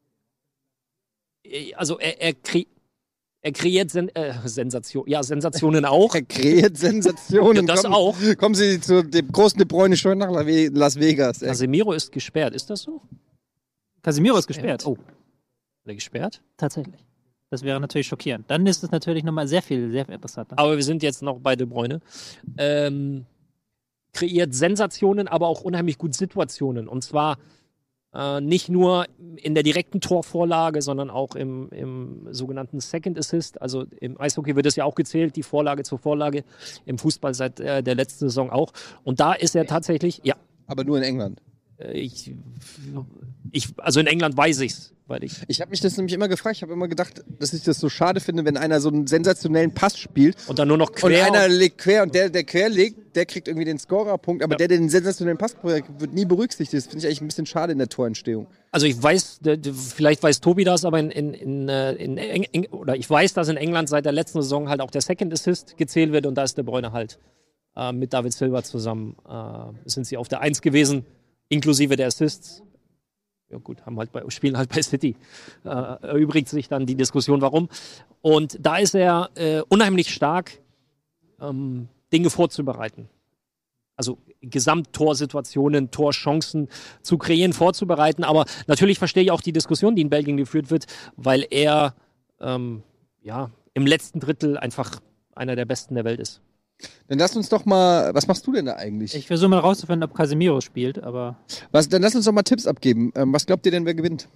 äh, also er, er, kre er kreiert Sen äh, Sensation, ja, Sensationen auch. Er kreiert Sensationen. Ja, das kommen, auch. Kommen Sie zu dem großen De Bruyne schon nach Las Vegas. Ey. Casemiro ist gesperrt, ist das so? Casemiro ist gesperrt. Oh, Ist er gesperrt? tatsächlich. Das wäre natürlich schockierend. Dann ist es natürlich nochmal sehr viel, sehr viel interessanter. Aber wir sind jetzt noch bei De Bruyne. Ähm, kreiert Sensationen, aber auch unheimlich gut Situationen. Und zwar äh, nicht nur in der direkten Torvorlage, sondern auch im, im sogenannten Second Assist. Also im Eishockey wird es ja auch gezählt, die Vorlage zur Vorlage. Im Fußball seit äh, der letzten Saison auch. Und da ist er tatsächlich, ja, Aber nur in England. äh, ich, ich, also in England weiß ich's, weil ich Ich habe mich das nämlich immer gefragt. Ich habe immer gedacht, dass ich das so schade finde, wenn einer so einen sensationellen Pass spielt und dann nur noch und quer. einer legt quer und der, der quer legt, der kriegt irgendwie den Scorerpunkt, aber Ja. der, der den sensationellen Pass kriegt, wird nie berücksichtigt. Das finde ich eigentlich ein bisschen schade in der Torentstehung. Also ich weiß, d- d- vielleicht weiß Tobi das, aber in, in, in, äh, in Eng Eng oder ich weiß, dass in England seit der letzten Saison halt auch der Second Assist gezählt wird und da ist De Bruyne halt äh, mit David Silva zusammen äh, sind sie auf der Eins gewesen, inklusive der Assists. Ja gut, haben halt bei, spielen halt bei City. Äh, erübrigt sich dann die Diskussion, warum. Und da ist er äh, unheimlich stark, ähm, Dinge vorzubereiten. Also Gesamttorsituationen, Torchancen zu kreieren, vorzubereiten. Aber natürlich verstehe ich auch die Diskussion, die in Belgien geführt wird, weil er ähm, ja, im letzten Drittel einfach einer der Besten der Welt ist. Dann lass uns doch mal, was machst du denn da eigentlich? Ich versuche mal rauszufinden, ob Casemiro spielt, aber Was, dann lass uns doch mal Tipps abgeben. Ähm, was glaubt ihr denn, wer gewinnt?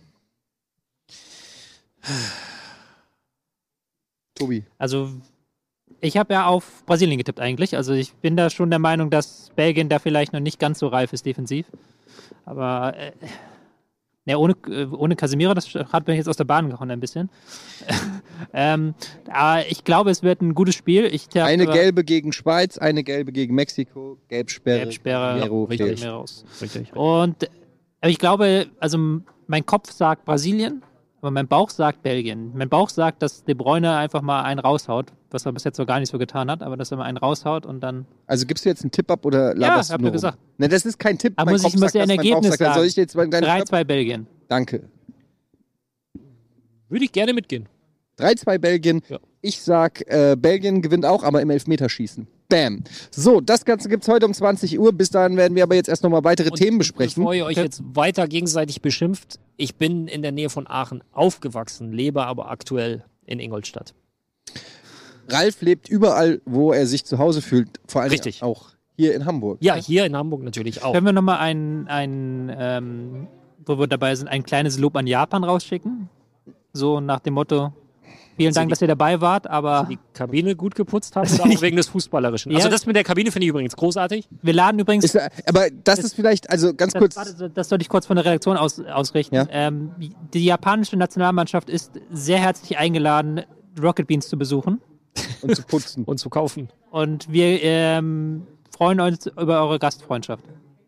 Tobi. also ich habe ja auf Brasilien getippt eigentlich. Also ich bin da schon der Meinung, dass Belgien da vielleicht noch nicht ganz so reif ist defensiv. Aber äh, ne, ohne, äh, ohne Casemiro, das hat mich jetzt aus der Bahn gehauen ein bisschen. ähm, aber ich glaube, es wird ein gutes Spiel. Ich tippe, Eine gelbe gegen Schweiz, eine gelbe gegen Mexiko, Gelbsperre. Gelbsperre, Mero richtig. fehlt. mehr raus. Richtig. Und äh, ich glaube, also m- mein Kopf sagt Brasilien, aber mein Bauch sagt Belgien. Mein Bauch sagt, dass De Bruyne einfach mal einen raushaut, was er bis jetzt noch gar nicht so getan hat, aber dass er mal einen raushaut und dann. Also gibst du jetzt einen Tipp ab oder laberst Ja, hab du nur dir gesagt. rum? Ne, das ist kein Tipp. Aber Mein muss ich- Kopf muss sagt ja das, ein mein Bauch Ergebnis sagt das. Soll ich jetzt mal ein kleines drei Stopp? zwei Belgien. Danke. Würde ich gerne mitgehen. drei zwei Belgien. Ja. Ich sag, äh, Belgien gewinnt auch, aber im Elfmeterschießen. Bam. So, das Ganze gibt's heute um zwanzig Uhr. Bis dahin werden wir aber jetzt erst nochmal weitere Und Themen besprechen. Bevor ihr euch jetzt weiter gegenseitig beschimpft, ich bin in der Nähe von Aachen aufgewachsen, lebe aber aktuell in Ingolstadt. Ralf lebt überall, wo er sich zu Hause fühlt. Vor allem Richtig. auch hier in Hamburg. Ja, hier in Hamburg natürlich auch. Können wir nochmal ein, ein ähm, wo wir dabei sind, ein kleines Lob an Japan rausschicken? So nach dem Motto, vielen Also Dank, die- dass ihr dabei wart, aber Die Kabine gut geputzt haben oder auch wegen des Fußballerischen. Also Ja. das mit der Kabine finde ich übrigens großartig. wir laden übrigens. Ist, aber das ist vielleicht, also ganz Das, kurz. warte, das sollte ich kurz von der Redaktion aus, ausrichten. Ja. Ähm, die japanische Nationalmannschaft ist sehr herzlich eingeladen, Rocket Beans zu besuchen. Und zu putzen. Und zu kaufen. Und wir ähm, freuen uns über eure Gastfreundschaft.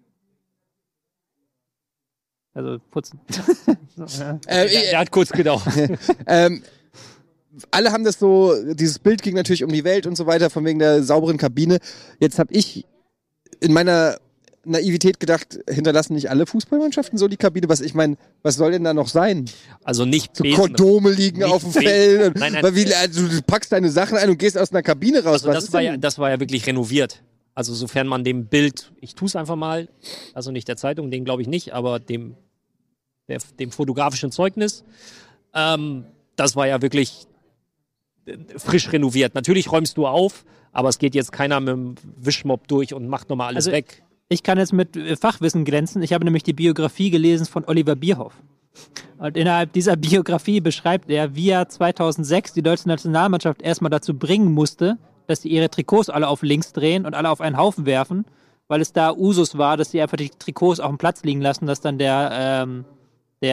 Also putzen. Äh, Der, der hat kurz gedauert. ähm, alle haben das so, dieses Bild ging natürlich um die Welt und so weiter, von wegen der sauberen Kabine. Jetzt habe ich in meiner Naivität gedacht, hinterlassen nicht alle Fußballmannschaften so die Kabine? Was ich meine, was soll denn da noch sein? Also nicht So Besen. Kondome liegen Nicht auf dem Besen. Feld. Nein, nein. Weil wie, also, du packst deine Sachen ein und gehst aus einer Kabine raus. Also was das ist war, denn? ja, das war ja wirklich renoviert. Also sofern man dem Bild, ich tue es einfach mal, also nicht der Zeitung, den glaube ich nicht, aber dem, der, dem fotografischen Zeugnis, ähm, das war ja wirklich äh, frisch renoviert. Natürlich räumst du auf, aber es geht jetzt keiner mit dem Wischmopp durch und macht nochmal alles Also- weg. Ich kann jetzt mit äh, Fachwissen glänzen. Ich habe nämlich die Biografie gelesen von Oliver Bierhoff. Und innerhalb dieser Biografie beschreibt er, wie er zweitausendsechs die deutsche Nationalmannschaft erstmal dazu bringen musste, dass sie ihre Trikots alle auf links drehen und alle auf einen Haufen werfen, weil es da Usus war, dass sie einfach die Trikots auf dem Platz liegen lassen, dass dann der, ähm, der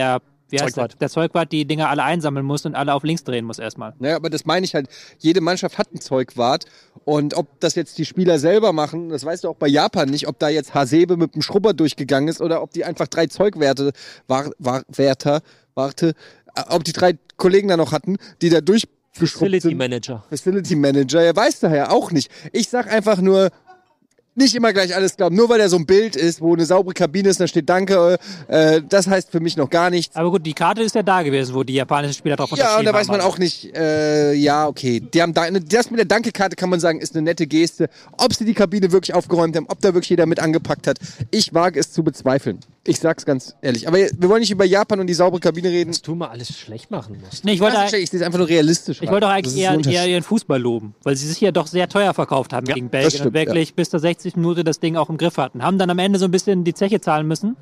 wie heißt Zeugwart. der? Der Zeugwart die Dinger alle einsammeln muss und alle auf links drehen muss erstmal. Naja, aber das meine ich halt, jede Mannschaft hat einen Zeugwart und ob das jetzt die Spieler selber machen, das weißt du auch bei Japan nicht, ob da jetzt Hasebe mit dem Schrubber durchgegangen ist oder ob die einfach drei Zeugwerte, war, war, Wärter, warte, äh, ob die drei Kollegen da noch hatten, die da durchgeschrubbt Facility sind. Manager. Facility Manager, ja, weiß daher auch nicht. Ich sag einfach nur, nicht immer gleich alles glauben. Nur weil da so ein Bild ist, wo eine saubere Kabine ist, da steht Danke, äh, das heißt für mich noch gar nichts. Aber gut, die Karte ist ja da gewesen, wo die japanischen Spieler drauf unterschrieben Ja, und da weiß haben. man auch nicht, äh, ja, okay. Die haben da, das mit der Danke-Karte kann man sagen, ist eine nette Geste. Ob sie die Kabine wirklich aufgeräumt haben, ob da wirklich jeder mit angepackt hat, ich wage es zu bezweifeln. Ich sag's ganz ehrlich. Aber wir wollen nicht über Japan und die saubere Kabine reden. Dass du mal alles schlecht machen musst. Nee, ich wollte, Ich sehe es einfach nur realistisch. ich wollte doch eigentlich eher, Das ist ein eher ihren Fußball loben, weil sie sich ja doch sehr teuer verkauft haben Ja, gegen das Belgien stimmt, und wirklich bis zur sechzig Minute das Ding auch im Griff hatten. Haben dann am Ende so ein bisschen die Zeche zahlen müssen.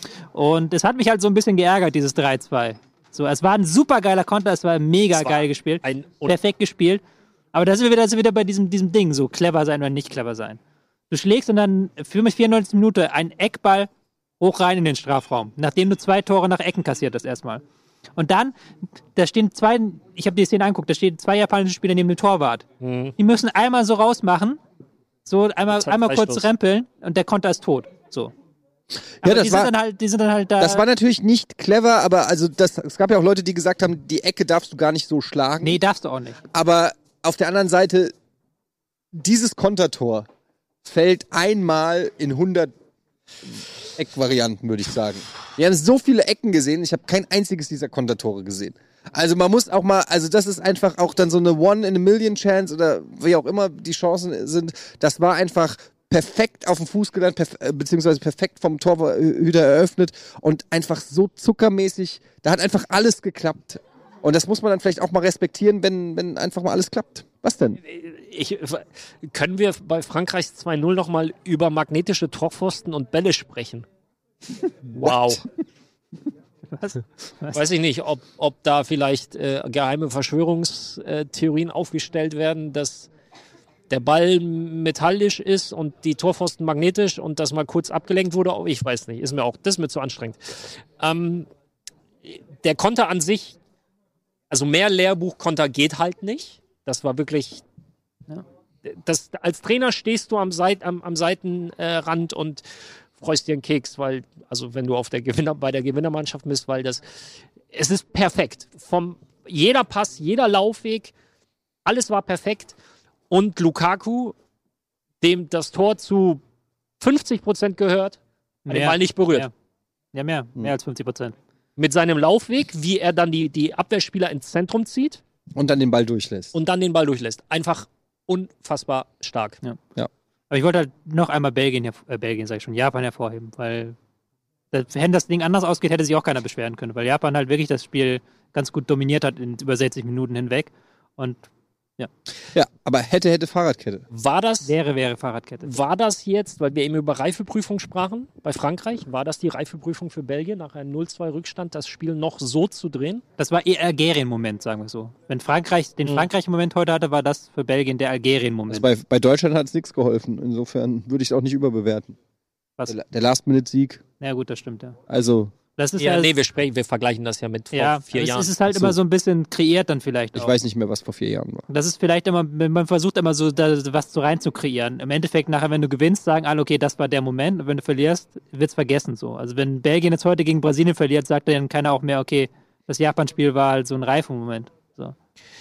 Und es hat mich halt so ein bisschen geärgert, dieses drei zwei. So, es war ein super geiler Konter, es war mega Es war geil gespielt, ein- perfekt gespielt. Aber da sind wir wieder, da sind wir wieder bei diesem, diesem Ding, so clever sein oder nicht clever sein. Du schlägst und dann für mich vierundneunzig Minuten ein Eckball hoch rein in den Strafraum, nachdem du zwei Tore nach Ecken kassiert hast erstmal. Und dann, da stehen zwei, ich habe die Szene angeguckt, da stehen zwei japanische Spieler neben dem Torwart. Mhm. Die müssen einmal so rausmachen, so einmal, Zeit- einmal kurz Freistoß. rempeln und der Konter ist tot. So. Ja, Aber das die, war- sind dann halt, die sind dann halt da. Das war natürlich nicht clever, aber also das, es gab ja auch Leute, die gesagt haben, die Ecke darfst du gar nicht so schlagen. Nee, darfst du auch nicht. Aber auf der anderen Seite, dieses Kontertor fällt einmal in hundert Eckvarianten, würde ich sagen. Wir haben so viele Ecken gesehen, ich habe kein einziges dieser Kontertore gesehen. Also man muss auch mal, also das ist einfach auch dann so eine One-in-a-Million-Chance oder wie auch immer die Chancen sind. Das war einfach perfekt auf dem Fuß gelandet, perf äh, beziehungsweise perfekt vom Torhüter eröffnet und einfach so zuckermäßig, da hat einfach alles geklappt. Und das muss man dann vielleicht auch mal respektieren, wenn, wenn einfach mal alles klappt. Was denn? Ich, können wir bei Frankreichs zwei null nochmal über magnetische Torpfosten und Bälle sprechen? Wow. Was? Was? Weiß ich nicht, ob, ob da vielleicht äh, geheime Verschwörungstheorien aufgestellt werden, dass der Ball metallisch ist und die Torpfosten magnetisch und das mal kurz abgelenkt wurde. Ich weiß nicht, ist mir auch, das ist mir zu anstrengend. Ähm, der Konter an sich, also mehr Lehrbuchkonter geht halt nicht. Das war wirklich. Ja. Das, als Trainer stehst du am, Seit, am, am Seitenrand und freust dir einen Keks, weil, also wenn du auf der Gewinner, bei der Gewinnermannschaft bist, weil das, es ist perfekt. Vom, jeder Pass, jeder Laufweg, alles war perfekt. Und Lukaku, dem das Tor zu fünfzig Prozent gehört, hat den Ball nicht berührt. Mehr. Ja, mehr. Mehr als fünfzig Prozent. Mit seinem Laufweg, wie er dann die, die Abwehrspieler ins Zentrum zieht Und dann den Ball durchlässt. und dann den Ball durchlässt. Einfach unfassbar stark. Aber ich wollte halt noch einmal Belgien, herv- äh, Belgien sag ich schon, Japan hervorheben, weil das, wenn das Ding anders ausgeht, hätte sich auch keiner beschweren können, weil Japan halt wirklich das Spiel ganz gut dominiert hat in über sechzig Minuten hinweg und Ja, aber hätte, hätte Fahrradkette. War das, wäre, wäre Fahrradkette. war das jetzt, weil wir eben über Reifeprüfung sprachen, bei Frankreich, war das die Reifeprüfung für Belgien, nach einem null zwei Rückstand das Spiel noch so zu drehen? Das war eher Algerien-Moment, sagen wir so. Wenn Frankreich den Mhm. Frankreich-Moment heute hatte, war das für Belgien der Algerien-Moment. Also bei, bei Deutschland hat es nichts geholfen. Insofern würde ich es auch nicht überbewerten. Was? Der, der Last-Minute-Sieg. Ja gut, das stimmt, ja. Also, Das ist Ja, ja, nee, wir, sprechen, wir vergleichen das ja mit vor ja vier es, Jahren. es ist halt Ach so. immer so ein bisschen kreiert dann vielleicht ich auch. weiß nicht mehr, was vor vier Jahren war. Das ist vielleicht immer, man versucht immer so da, was so rein zu kreieren. Im Endeffekt nachher, wenn du gewinnst, sagen alle, okay, das war der Moment. Und wenn du verlierst, wird's vergessen so. Also wenn Belgien jetzt heute gegen Brasilien verliert, sagt dann keiner auch mehr, okay, das Japan-Spiel war halt so ein Reifenmoment. So.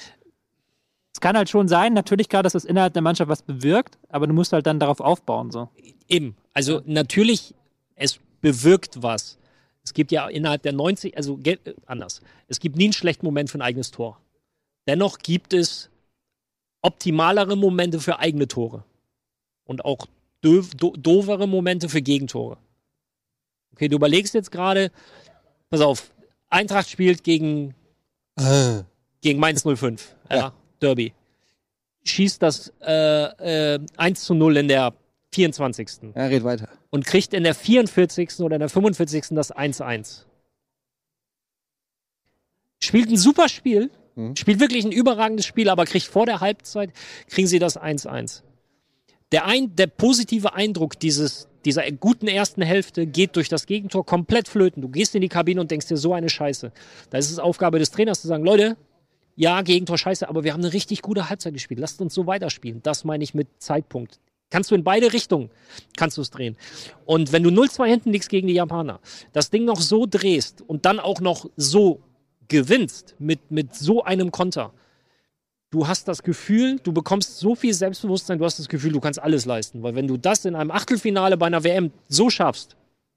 Es kann halt schon sein, natürlich gerade, dass das innerhalb der Mannschaft was bewirkt, aber du musst halt dann darauf aufbauen. So. Eben. Also natürlich, es bewirkt was. Es gibt ja innerhalb der neunzig, also ge- äh, anders. Es gibt nie einen schlechten Moment für ein eigenes Tor. Dennoch gibt es optimalere Momente für eigene Tore. Und auch doof, do, doofere Momente für Gegentore. Okay, du überlegst jetzt gerade, pass auf, Eintracht spielt gegen, gegen Mainz null fünf. Ja, Ja. Derby. Schießt das äh, äh, eins zu null in der vierundzwanzigsten Ja, red weiter. und kriegt in der vierundvierzigsten oder in der fünfundvierzigsten das eins eins. Spielt ein super Spiel, Mhm. spielt wirklich ein überragendes Spiel, aber kriegt vor der Halbzeit, kriegen sie das eins eins. Der, ein, der positive Eindruck dieses, dieser guten ersten Hälfte geht durch das Gegentor komplett flöten. Du gehst in die Kabine und denkst dir, so eine Scheiße. Da ist es Aufgabe des Trainers zu sagen, Leute, ja, Gegentor scheiße, aber wir haben eine richtig gute Halbzeit gespielt. Lasst uns so weiterspielen. Das meine ich mit Zeitpunkt. Kannst du in beide Richtungen, kannst du es drehen. Und wenn du null zwei hinten liegst gegen die Japaner, das Ding noch so drehst und dann auch noch so gewinnst mit, mit so einem Konter, du hast das Gefühl, du bekommst so viel Selbstbewusstsein, du hast das Gefühl, du kannst alles leisten. Weil wenn du das in einem Achtelfinale bei einer W M so schaffst,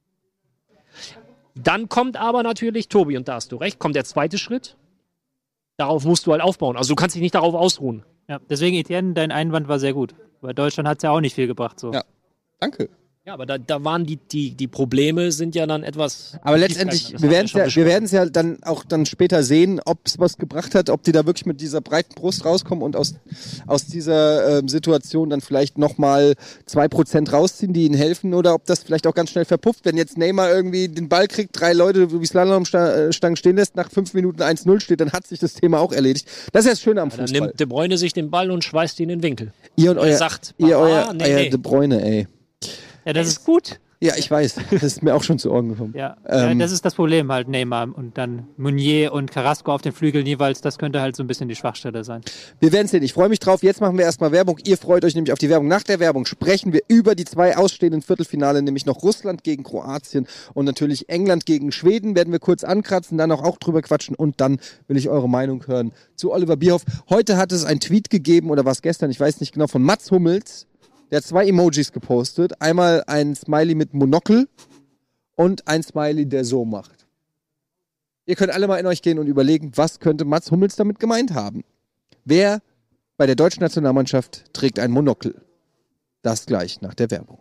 dann kommt aber natürlich, Tobi, und da hast du recht, kommt der zweite Schritt. Darauf musst du halt aufbauen. Also du kannst dich nicht darauf ausruhen. Ja, deswegen, Etienne, dein Einwand war sehr gut. Weil Deutschland hat es ja auch nicht viel gebracht. So. Ja, danke. Ja, aber da, da waren die, die, die Probleme sind ja dann etwas... Aber letztendlich, wir werden es ja, wir werden es ja dann auch dann später sehen, ob es was gebracht hat, ob die da wirklich mit dieser breiten Brust rauskommen und aus, aus dieser ähm, Situation dann vielleicht nochmal zwei Prozent rausziehen, die ihnen helfen, oder ob das vielleicht auch ganz schnell verpufft, wenn jetzt Neymar irgendwie den Ball kriegt, drei Leute wie Slalomstangen stehen lässt, nach fünf Minuten eins null steht, dann hat sich das Thema auch erledigt. Das ist ja das Schöne am ja, Fußball. Dann nimmt De Bruyne sich den Ball und schweißt ihn in den Winkel. Ihr und euer, sagt, ihr ah, euer, nee, euer nee. De Bruyne, ey. Ja, das ist gut. Ja, ich weiß. Das ist mir auch schon zu Ohren gekommen. Ja, Ähm, ja, das ist das Problem halt, Neymar und dann Meunier und Carrasco auf den Flügeln jeweils, das könnte halt so ein bisschen die Schwachstelle sein. Wir werden sehen. Ich freue mich drauf. Jetzt machen wir erstmal Werbung. Ihr freut euch nämlich auf die Werbung. Nach der Werbung sprechen wir über die zwei ausstehenden Viertelfinale, nämlich noch Russland gegen Kroatien und natürlich England gegen Schweden. Werden wir kurz ankratzen, dann auch, auch drüber quatschen und dann will ich eure Meinung hören zu Oliver Bierhoff. Heute hat es ein Tweet gegeben, oder war es gestern, ich weiß nicht genau, von Mats Hummels. Der hat zwei Emojis gepostet. Einmal ein Smiley mit Monokel und ein Smiley, der so macht. Ihr könnt alle mal in euch gehen und überlegen, was könnte Mats Hummels damit gemeint haben. Wer bei der deutschen Nationalmannschaft trägt ein Monokel? Das gleich nach der Werbung.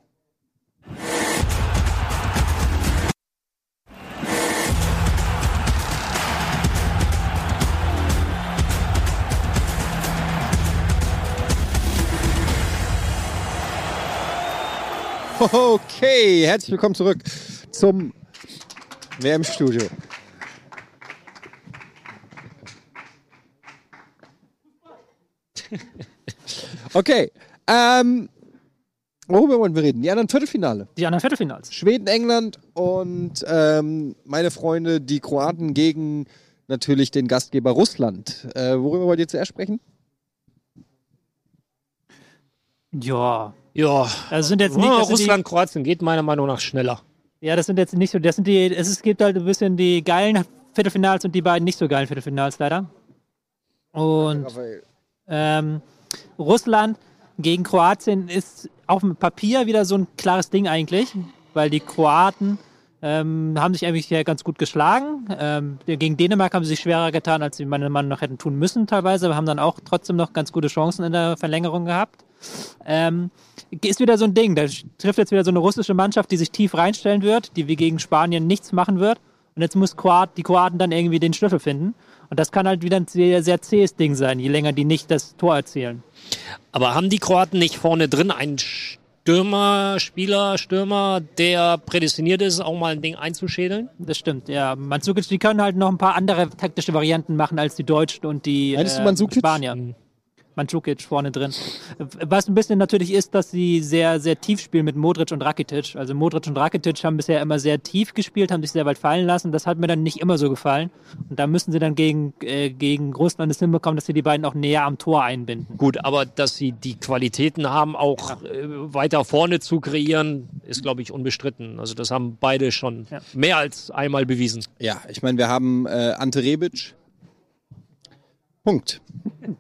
Okay, herzlich willkommen zurück zum W M-Studio. Okay, ähm, worüber wollen wir reden? Die anderen Viertelfinale. Die anderen Viertelfinals. Schweden, England und ähm, meine Freunde, die Kroaten gegen natürlich den Gastgeber Russland. Äh, worüber wollt ihr zuerst sprechen? Ja. Ja, Also sind jetzt nicht, oh, das sind Russland, Kroatien geht meiner Meinung nach schneller. Die, ja, das sind jetzt nicht so, das sind die, es, ist, es gibt halt ein bisschen die geilen Viertelfinals und die beiden nicht so geilen Viertelfinals leider. Und ähm, Russland gegen Kroatien ist auf dem Papier wieder so ein klares Ding eigentlich, weil die Kroaten ähm, haben sich eigentlich ja ganz gut geschlagen. Ähm, gegen Dänemark haben sie sich schwerer getan, als sie meiner Meinung nach hätten tun müssen teilweise, aber haben dann auch trotzdem noch ganz gute Chancen in der Verlängerung gehabt. Ähm, ist wieder so ein Ding, da trifft jetzt wieder so eine russische Mannschaft, die sich tief reinstellen wird, die wie gegen Spanien nichts machen wird, und jetzt muss Kroat, die Kroaten dann irgendwie den Schlüssel finden, und das kann halt wieder ein sehr, sehr zähes Ding sein, je länger die nicht das Tor erzielen. Aber haben die Kroaten nicht vorne drin einen Stürmer, Spieler, Stürmer, der prädestiniert ist, auch mal ein Ding einzuschädeln? Das stimmt, ja. Mandzukic, die können halt noch ein paar andere taktische Varianten machen als die Deutschen und die äh, Spanier. Mhm. Mandzukic vorne drin. Was ein bisschen natürlich ist, dass sie sehr, sehr tief spielen mit Modric und Rakitic. Also Modric und Rakitic haben bisher immer sehr tief gespielt, haben sich sehr weit fallen lassen. Das hat mir dann nicht immer so gefallen. Und da müssen sie dann gegen, äh, gegen Russland es hinbekommen, dass sie die beiden auch näher am Tor einbinden. Gut, aber dass sie die Qualitäten haben, auch ja. äh, weiter vorne zu kreieren, ist, glaube ich, unbestritten. Also das haben beide schon ja. mehr als einmal bewiesen. Ja, ich meine, wir haben äh, Ante Rebic. Punkt.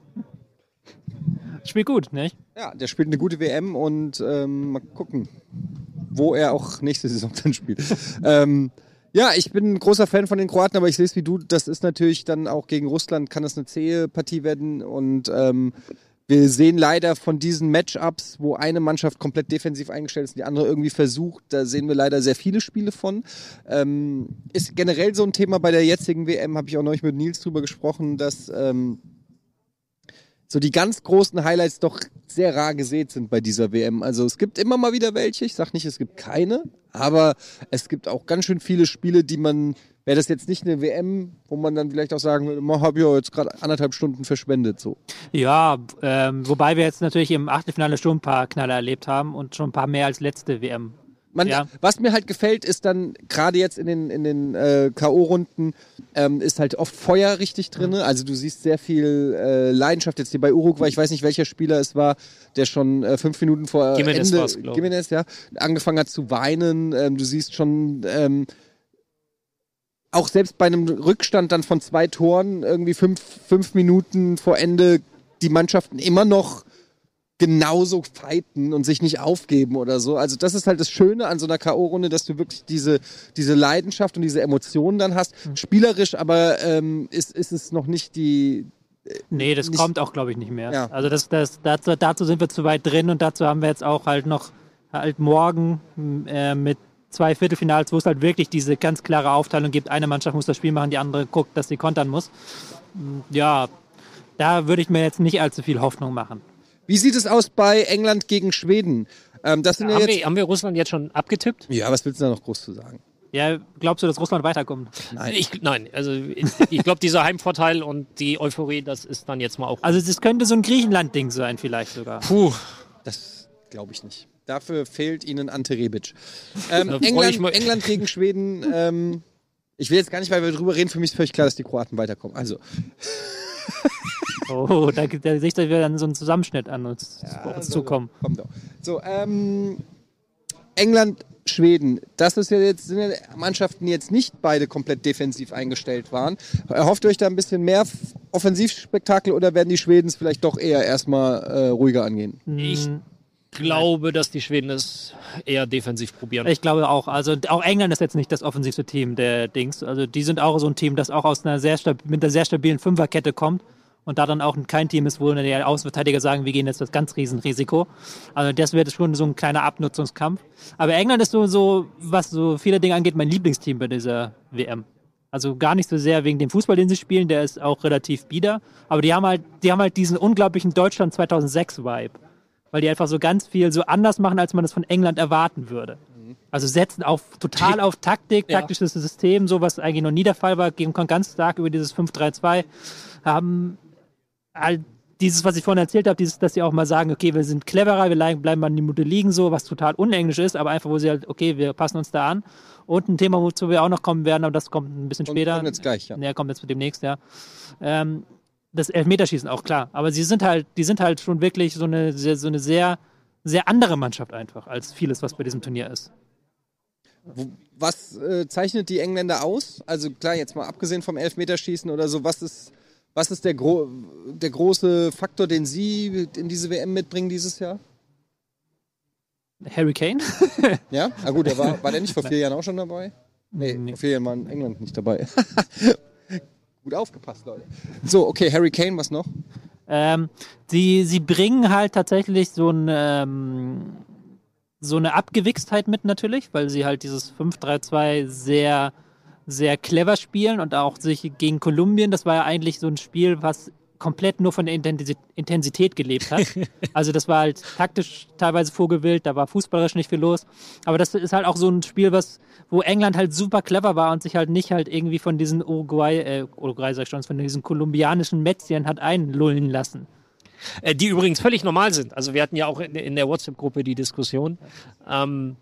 Spielt gut, nicht? Ja, der spielt eine gute W M und ähm, mal gucken, wo er auch nächste Saison dann spielt. ähm, ja, ich bin ein großer Fan von den Kroaten, aber ich sehe es wie du, das ist natürlich dann auch gegen Russland, kann das eine zähe Partie werden, und ähm, wir sehen leider von diesen Matchups, wo eine Mannschaft komplett defensiv eingestellt ist und die andere irgendwie versucht, da sehen wir leider sehr viele Spiele von. Ähm, ist generell so ein Thema bei der jetzigen W M, habe ich auch neulich mit Nils drüber gesprochen, dass ähm, so die ganz großen Highlights doch sehr rar gesät sind bei dieser W M. Also es gibt immer mal wieder welche, ich sag nicht, es gibt keine, aber es gibt auch ganz schön viele Spiele, die man, wäre das jetzt nicht eine W M, wo man dann vielleicht auch sagen würde, man habe ja jetzt gerade anderthalb Stunden verschwendet, so. Ja, ähm, wobei wir jetzt natürlich im Achtelfinale schon ein paar Knaller erlebt haben und schon ein paar mehr als letzte W M. Man, Ja. Was mir halt gefällt, ist dann, gerade jetzt in den, in den äh, K O-Runden, ähm, ist halt oft Feuer richtig drin. Also du siehst sehr viel äh, Leidenschaft. Jetzt hier bei Uruguay, ich weiß nicht, welcher Spieler es war, der schon äh, fünf Minuten vor Gimenez Ende war's, glaub ich. Gimenez, ja, angefangen hat zu weinen. Ähm, du siehst schon ähm, auch selbst bei einem Rückstand dann von zwei Toren, irgendwie fünf, fünf Minuten vor Ende, die Mannschaften immer noch genauso fighten und sich nicht aufgeben oder so. Also das ist halt das Schöne an so einer K O-Runde, dass du wirklich diese, diese Leidenschaft und diese Emotionen dann hast. Mhm. Spielerisch aber ähm, ist, ist es noch nicht die... Äh, nee, das nicht, kommt auch, glaube ich, nicht mehr. Ja. Also das, das, dazu, dazu sind wir zu weit drin und dazu haben wir jetzt auch halt noch halt morgen äh, mit zwei Viertelfinals, wo es halt wirklich diese ganz klare Aufteilung gibt. Eine Mannschaft muss das Spiel machen, die andere guckt, dass sie kontern muss. Ja, da würde ich mir jetzt nicht allzu viel Hoffnung machen. Wie sieht es aus bei England gegen Schweden? Ähm, das sind ja haben, jetzt wir, haben wir Russland jetzt schon abgetippt? ja, was willst du da noch groß zu sagen? Ja, glaubst du, dass Russland weiterkommt? Nein. Ich, nein, also ich, ich glaube, dieser Heimvorteil und die Euphorie, das ist dann jetzt mal auch... Also das könnte so ein Griechenland-Ding sein vielleicht sogar. Puh, Das glaube ich nicht. Dafür fehlt ihnen Ante Rebic. Ähm, Da freu ich England, mich. England gegen Schweden. Ähm, ich will jetzt gar nicht, weil wir drüber reden. Für mich ist völlig klar, dass die Kroaten weiterkommen. Also, Oh, da, da sehe ich da wieder dann so einen Zusammenschnitt an uns, auf uns zukommen. kommt doch. So, ähm, England, Schweden. Das ist ja jetzt, sind ja Mannschaften, die jetzt nicht beide komplett defensiv eingestellt waren. Erhofft ihr euch da ein bisschen mehr Offensivspektakel oder werden die Schweden es vielleicht doch eher erstmal äh, ruhiger angehen? ich glaube, dass die Schweden es eher defensiv probieren. Ich glaube auch. Also auch England ist jetzt nicht das offensivste Team der Dings. Also die sind auch so ein Team, das auch aus einer sehr stab- mit einer sehr stabilen Fünferkette kommt und da dann auch kein Team ist, wo die Außenverteidiger sagen, wir gehen jetzt das ganz Riesenrisiko. Also das wird schon so ein kleiner Abnutzungskampf. Aber England ist so, so was so viele Dinge angeht, mein Lieblingsteam bei dieser W M. Also gar nicht so sehr wegen dem Fußball, den sie spielen, der ist auch relativ bieder. Aber die haben halt, die haben halt diesen unglaublichen Deutschland zweitausendsechs-Vibe. Weil die einfach so ganz viel so anders machen, als man das von England erwarten würde. Also setzen auf total auf Taktik, Ja. taktisches System, so was eigentlich noch nie der Fall war, gehen ganz stark über dieses fünf drei zwei, haben halt dieses, was ich vorhin erzählt habe, dieses, dass sie auch mal sagen, okay, wir sind cleverer, wir bleiben mal in die Minute liegen, so, was total unenglisch ist, aber einfach, wo sie halt, okay, wir passen uns da an. Und ein Thema, wozu wir auch noch kommen werden, aber das kommt ein bisschen Und später. kommt jetzt gleich, ja. Ja, kommt jetzt mit demnächst, ja. Ähm, das Elfmeterschießen auch, klar. Aber sie sind halt, die sind halt schon wirklich so eine, sehr, so eine sehr, sehr andere Mannschaft einfach, als vieles, was bei diesem Turnier ist. Was äh, zeichnet die Engländer aus? Also klar, jetzt mal abgesehen vom Elfmeterschießen oder so, was ist, was ist der, gro- der große Faktor, den Sie in diese W M mitbringen dieses Jahr? Harry Kane? Ja? Ah gut, der war, war der nicht vor vier Jahren auch schon dabei? Nee, Nee. vor vier Jahren war in England nicht dabei. Gut aufgepasst, Leute. So, okay, Harry Kane, was noch? Ähm, sie, sie bringen halt tatsächlich so, ein, ähm, so eine Abgewichstheit mit natürlich, weil sie halt dieses fünf drei zwei sehr, sehr clever spielen und auch sich gegen Kolumbien, das war ja eigentlich so ein Spiel, was komplett nur von der Intensi- Intensität gelebt hat. Also das war halt taktisch teilweise vogelwild, da war fußballerisch nicht viel los. Aber das ist halt auch so ein Spiel, was, wo England halt super clever war und sich halt nicht halt irgendwie von diesen Uruguay, äh, Uruguay sag ich schon, von diesen kolumbianischen Mätzchen hat einlullen lassen. Äh, die übrigens völlig normal sind. Also wir hatten ja auch in, in der WhatsApp-Gruppe die Diskussion. Ähm,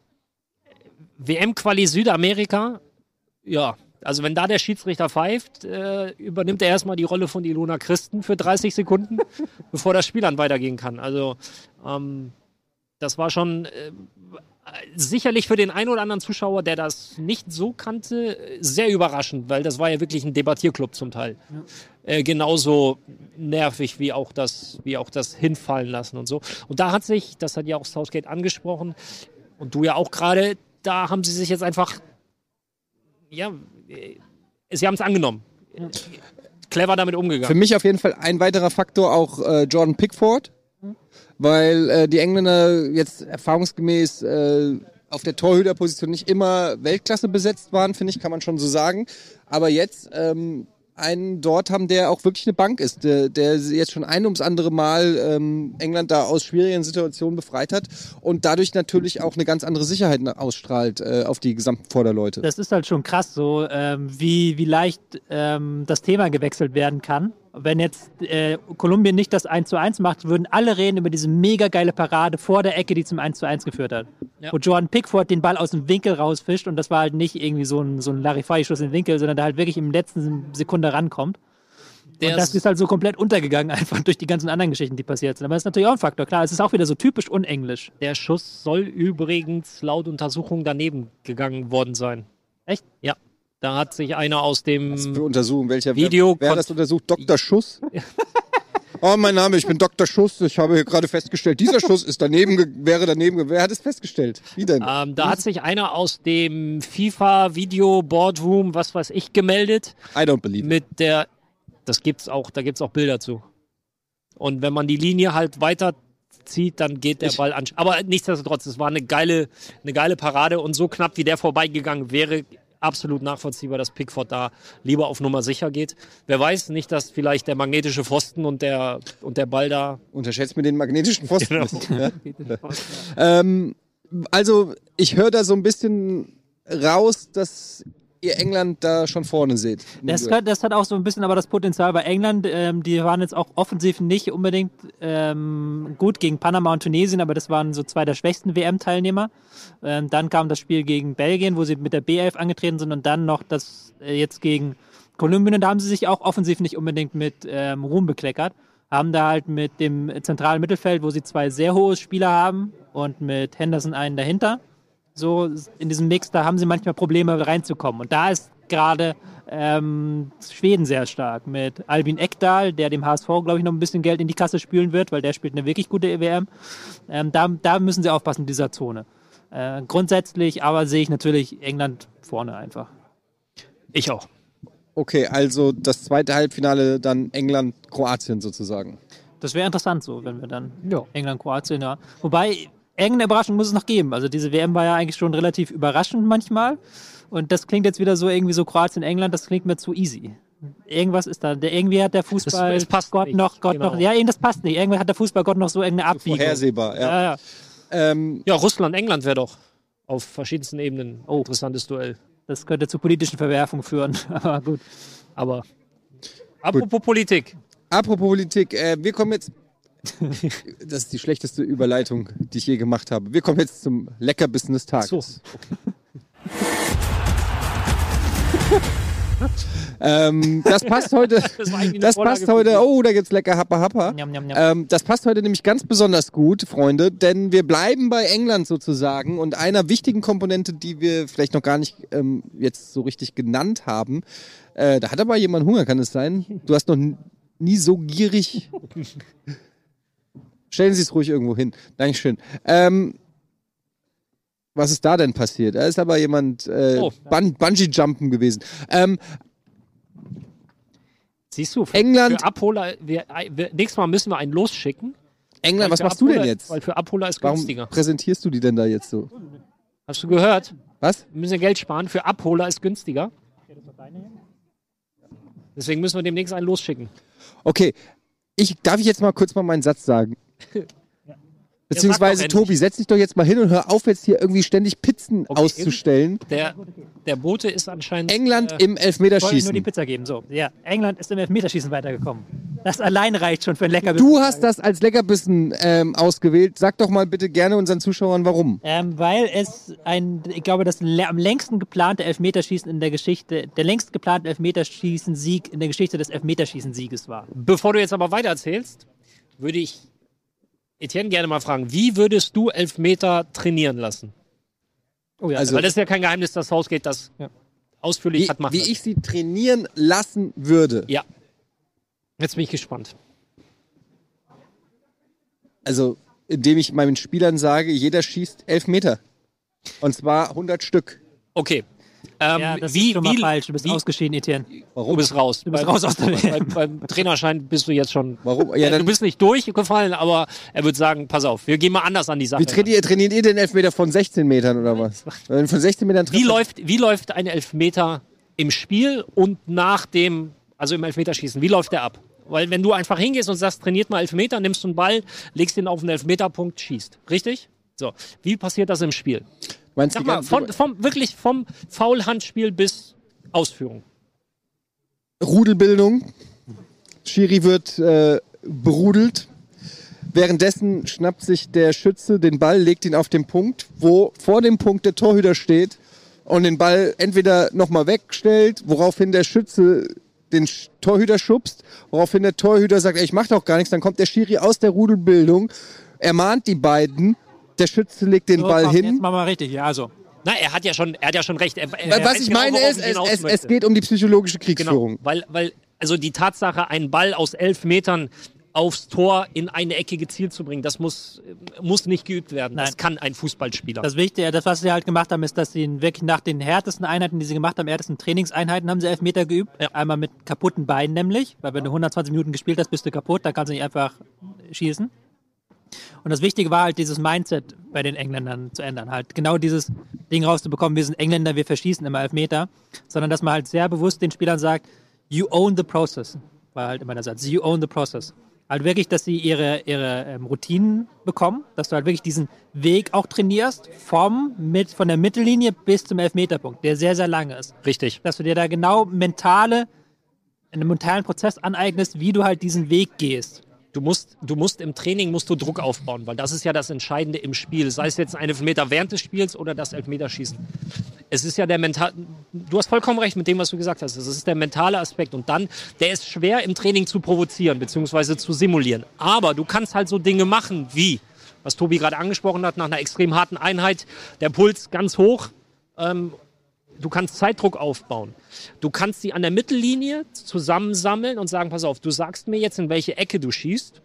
W M-Quali Südamerika, ja, also wenn da der Schiedsrichter pfeift, äh, übernimmt er erstmal die Rolle von Ilona Christen für dreißig Sekunden, bevor das Spiel dann weitergehen kann. Also ähm, das war schon äh, sicherlich für den einen oder anderen Zuschauer, der das nicht so kannte, sehr überraschend, weil das war ja wirklich ein Debattierclub zum Teil. Ja. Äh, genauso nervig wie auch das, wie auch das Hinfallen lassen und so. Und da hat sich, das hat ja auch Southgate angesprochen und du ja auch gerade, da haben sie sich jetzt einfach, ja, sie haben es angenommen. Ja. Clever damit umgegangen. Für mich auf jeden Fall ein weiterer Faktor auch äh, Jordan Pickford, weil äh, die Engländer jetzt erfahrungsgemäß äh, auf der Torhüterposition nicht immer Weltklasse besetzt waren, finde ich, kann man schon so sagen. Aber jetzt ähm, einen dort haben, der auch wirklich eine Bank ist, der, der jetzt schon ein ums andere Mal ähm, England da aus schwierigen Situationen befreit hat und dadurch natürlich auch eine ganz andere Sicherheit ausstrahlt äh, auf die gesamten Vorderleute. Das ist halt schon krass, so ähm, wie, wie leicht ähm, das Thema gewechselt werden kann. Wenn jetzt äh, Kolumbien nicht das eins zu eins macht, würden alle reden über diese mega geile Parade vor der Ecke, die zum eins zu eins geführt hat. Ja. Wo Jordan Pickford den Ball aus dem Winkel rausfischt und das war halt nicht irgendwie so ein, so ein Larifari-Schuss in den Winkel, sondern da halt wirklich im letzten Sekunde rankommt. Der und das ist halt so komplett untergegangen, einfach durch die ganzen anderen Geschichten, die passiert sind. Aber das ist natürlich auch ein Faktor. Klar, es ist auch wieder so typisch unenglisch. Der Schuss soll übrigens laut Untersuchung daneben gegangen worden sein. Echt? Ja. Da hat sich einer aus dem Was für Untersuchung? Welcher Video... Wer, wer hat das untersucht? Doktor Schuss? Oh, mein Name, ich bin Doktor Schuss. Ich habe hier gerade festgestellt, dieser Schuss ist daneben, ge- wäre daneben. Ge- Wer hat es festgestellt? Wie denn? Ähm, da hat sich einer aus dem FIFA-Video-Boardroom, was weiß ich, gemeldet. I don't believe it. Mit der... Das gibt's auch, da gibt's auch Bilder zu. Und wenn man die Linie halt weiter zieht, dann geht der Ich- Ball an. Aber nichtsdestotrotz, es war eine geile, eine geile Parade und so knapp wie der vorbeigegangen wäre, absolut nachvollziehbar, dass Pickford da lieber auf Nummer sicher geht. Wer weiß, nicht, dass vielleicht der magnetische Pfosten und der, und der Ball da... Unterschätzt mir den magnetischen Pfosten. Genau. nicht, Ja? ähm, also, ich höre da so ein bisschen raus, dass ihr England da schon vorne seht. Das, kann, das hat auch so ein bisschen aber das Potenzial bei England. Ähm, die waren jetzt auch offensiv nicht unbedingt ähm, gut gegen Panama und Tunesien, aber das waren so zwei der schwächsten W M-Teilnehmer. Ähm, dann kam das Spiel gegen Belgien, wo sie mit der B elf angetreten sind und dann noch das äh, jetzt gegen Kolumbien. Und da haben sie sich auch offensiv nicht unbedingt mit ähm, Ruhm bekleckert. Haben da halt mit dem zentralen Mittelfeld, wo sie zwei sehr hohe Spieler haben und mit Henderson einen dahinter. So in diesem Mix, da haben sie manchmal Probleme reinzukommen. Und da ist gerade ähm, Schweden sehr stark mit Albin Ekdal, der dem H S V, glaube ich, noch ein bisschen Geld in die Kasse spülen wird, weil der spielt eine wirklich gute E W M. Ähm, da, da müssen sie aufpassen in dieser Zone. Äh, grundsätzlich aber sehe ich natürlich England vorne einfach. Ich auch. Okay, also das zweite Halbfinale dann England-Kroatien sozusagen. Das wäre interessant so, wenn wir dann Ja. England, Kroatien, ja. Wobei, irgendeine Überraschung muss es noch geben. Also diese W M war ja eigentlich schon relativ überraschend manchmal. Und das klingt jetzt wieder so irgendwie so Kroatien, England, das klingt mir zu easy. Irgendwas ist da, der, irgendwie hat der Fußball Das- es passt Gott nicht, noch, Gott genau. noch, ja, irgendwas passt nicht. Irgendwie hat der Fußball Gott noch so irgendeine Abbiegung. Vorhersehbar, ja. Ja, ja. Ähm, Ja, Russland, England wäre doch auf verschiedensten Ebenen Oh. interessantes Duell. Das könnte zu politischen Verwerfungen führen. Aber gut. Aber apropos Politik. apropos Politik, äh, wir kommen jetzt... Das ist die schlechteste Überleitung, die ich je gemacht habe. Wir kommen jetzt zum Leckerbissen des Tages. So. Ähm, das passt heute. Das war eigentlich eine Das Vorlage passt für heute. dich. Oh, da gibt's lecker Happa Happa. Njam, njam, njam. Ähm, das passt heute nämlich ganz besonders gut, Freunde, denn wir bleiben bei England sozusagen und einer wichtigen Komponente, die wir vielleicht noch gar nicht ähm, jetzt so richtig genannt haben. Äh, da hat aber jemand Hunger, kann es sein? Du hast noch n- nie so gierig. Stellen Sie es ruhig irgendwo hin. Dankeschön. Ähm, was ist da denn passiert? Da ist aber jemand äh, Oh. Bun- Bungee-Jumpen gewesen. Ähm, Siehst du, für, England- für Abholer, wir, wir, nächstes Mal müssen wir einen losschicken. England, weil was für machst du denn Abholer- jetzt? Weil für Abholer ist Warum günstiger. präsentierst du die denn da jetzt so? Hast du gehört? Was? Wir müssen ja Geld sparen. Für Abholer ist günstiger. Deswegen müssen wir demnächst einen losschicken. Okay, ich, darf ich jetzt mal kurz mal meinen Satz sagen? Beziehungsweise, sag doch Tobi, setz dich doch jetzt mal hin und hör auf, jetzt hier irgendwie ständig Pizzen Okay. auszustellen. Der, der Bote ist anscheinend... England äh, im Ich wollte nur die Elfmeterschießen. Pizza geben. So, ja. England ist im Elfmeterschießen weitergekommen. Das allein reicht schon für ein Leckerbissen. Du hast das als Leckerbissen ähm, ausgewählt. Sag doch mal bitte gerne unseren Zuschauern, warum. Ähm, weil es ein, ich glaube, das lä- am längsten geplante Elfmeterschießen in der Geschichte, der längst geplante Elfmeterschießen-Sieg in der Geschichte des Elfmeterschießen-Sieges war. Bevor du jetzt aber weiter erzählst, würde ich Etienne gerne mal fragen, wie würdest du Elfmeter trainieren lassen? Oh ja, Also- Weil das ist ja kein Geheimnis, dass Southgate das Ja. ausführlich Wie, hat machen wie lassen. ich sie trainieren lassen würde. Ja. Jetzt bin ich gespannt. Also, indem ich meinen Spielern sage, jeder schießt Elfmeter. Und zwar hundert Stück. Okay. Ähm, ja, das wie, ist schon mal wie, falsch. Du bist wie, ausgeschieden, Etienne. Du bist raus. Du bist beim, raus aus der W M. beim, beim Trainerschein bist du jetzt schon... Warum? Ja, Äh, dann, du bist nicht durchgefallen, aber er wird sagen, pass auf, wir gehen mal anders an die Sache. wie trainiert, trainiert ihr den Elfmeter von sechzehn Metern oder was? Wenn von sechzehn Metern Wie trifft, läuft, wie läuft ein Elfmeter im Spiel und nach dem also im Elfmeterschießen, wie läuft der ab? Weil wenn du einfach hingehst und sagst, trainiert mal Elfmeter, nimmst du einen Ball, legst ihn auf den Elfmeterpunkt, schießt. Richtig? So. Wie passiert das im Spiel? Meinst Sag du mal, ganz von, vom, wirklich vom Foul-Handspiel bis Ausführung. Rudelbildung. Schiri wird äh, berudelt. Währenddessen schnappt sich der Schütze den Ball, legt ihn auf den Punkt, wo vor dem Punkt der Torhüter steht und den Ball entweder nochmal wegstellt, woraufhin der Schütze den Sch- Torhüter schubst, woraufhin der Torhüter sagt, ey, ich mach doch gar nichts, dann kommt der Schiri aus der Rudelbildung, ermahnt die beiden, der Schütze legt den So, Ball komm, hin. Jetzt machen wir mal richtig, ja, also. Na, er hat ja schon, er hat ja schon recht. Er, er Was weiß ich genau, meine worauf ist, ich es, hinaus es, es möchte. geht um die psychologische Genau, Kriegsführung. weil, weil, also die Tatsache, einen Ball aus elf Metern aufs Tor in eine Ecke gezielt zu bringen, das muss, muss nicht geübt werden. Nein. Das kann ein Fußballspieler. Das Wichtige, das, was sie halt gemacht haben, ist, dass sie ihn wirklich nach den härtesten Einheiten, die sie gemacht haben, härtesten Trainingseinheiten, haben sie Elfmeter geübt. Ja. Einmal mit kaputten Beinen nämlich, weil wenn du hundertzwanzig Minuten gespielt hast, bist du kaputt, da kannst du nicht einfach schießen. Und das Wichtige war halt, dieses Mindset bei den Engländern zu ändern. Halt genau dieses Ding rauszubekommen, wir sind Engländer, wir verschießen immer Elfmeter. Sondern dass man halt sehr bewusst den Spielern sagt, you own the process. War halt immer der Satz, you own the process. Halt wirklich, dass sie ihre, ihre ähm, Routinen bekommen, dass du halt wirklich diesen Weg auch trainierst, vom, mit, von der Mittellinie bis zum Elfmeterpunkt, der sehr, sehr lang ist. Richtig. Dass du dir da genau mentale, einen mentalen Prozess aneignest, wie du halt diesen Weg gehst. Du musst, du musst im Training musst du Druck aufbauen, weil das ist ja das Entscheidende im Spiel. Sei es jetzt ein Elfmeter während des Spiels oder das Elfmeterschießen. Es ist ja der mental. Du hast vollkommen recht mit dem, was du gesagt hast. Es ist der mentale Aspekt und dann, der ist schwer im Training zu provozieren bzw. zu simulieren. Aber du kannst halt so Dinge machen wie, was Tobi gerade angesprochen hat, nach einer extrem harten Einheit, der Puls ganz hoch. Ähm, Du kannst Zeitdruck aufbauen. Du kannst sie an der Mittellinie zusammensammeln und sagen, pass auf, du sagst mir jetzt, in welche Ecke du schießt,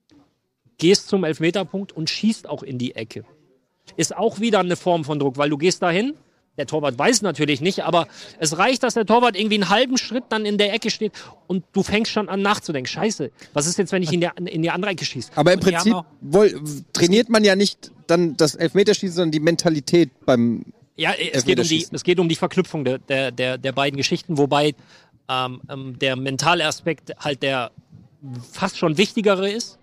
gehst zum Elfmeterpunkt und schießt auch in die Ecke. Ist auch wieder eine Form von Druck, weil du gehst dahin, der Torwart weiß natürlich nicht, aber es reicht, dass der Torwart irgendwie einen halben Schritt dann in der Ecke steht und du fängst schon an nachzudenken. Scheiße, was ist jetzt, wenn ich in, der, in die andere Ecke schieße? Aber im Und die Prinzip haben woll, trainiert man ja nicht dann das Elfmeterschießen, sondern die Mentalität beim Ja, es geht, um die, es geht um die Verknüpfung der, der, der, der beiden Geschichten, wobei ähm, ähm, der mentale Aspekt halt der fast schon wichtigere ist,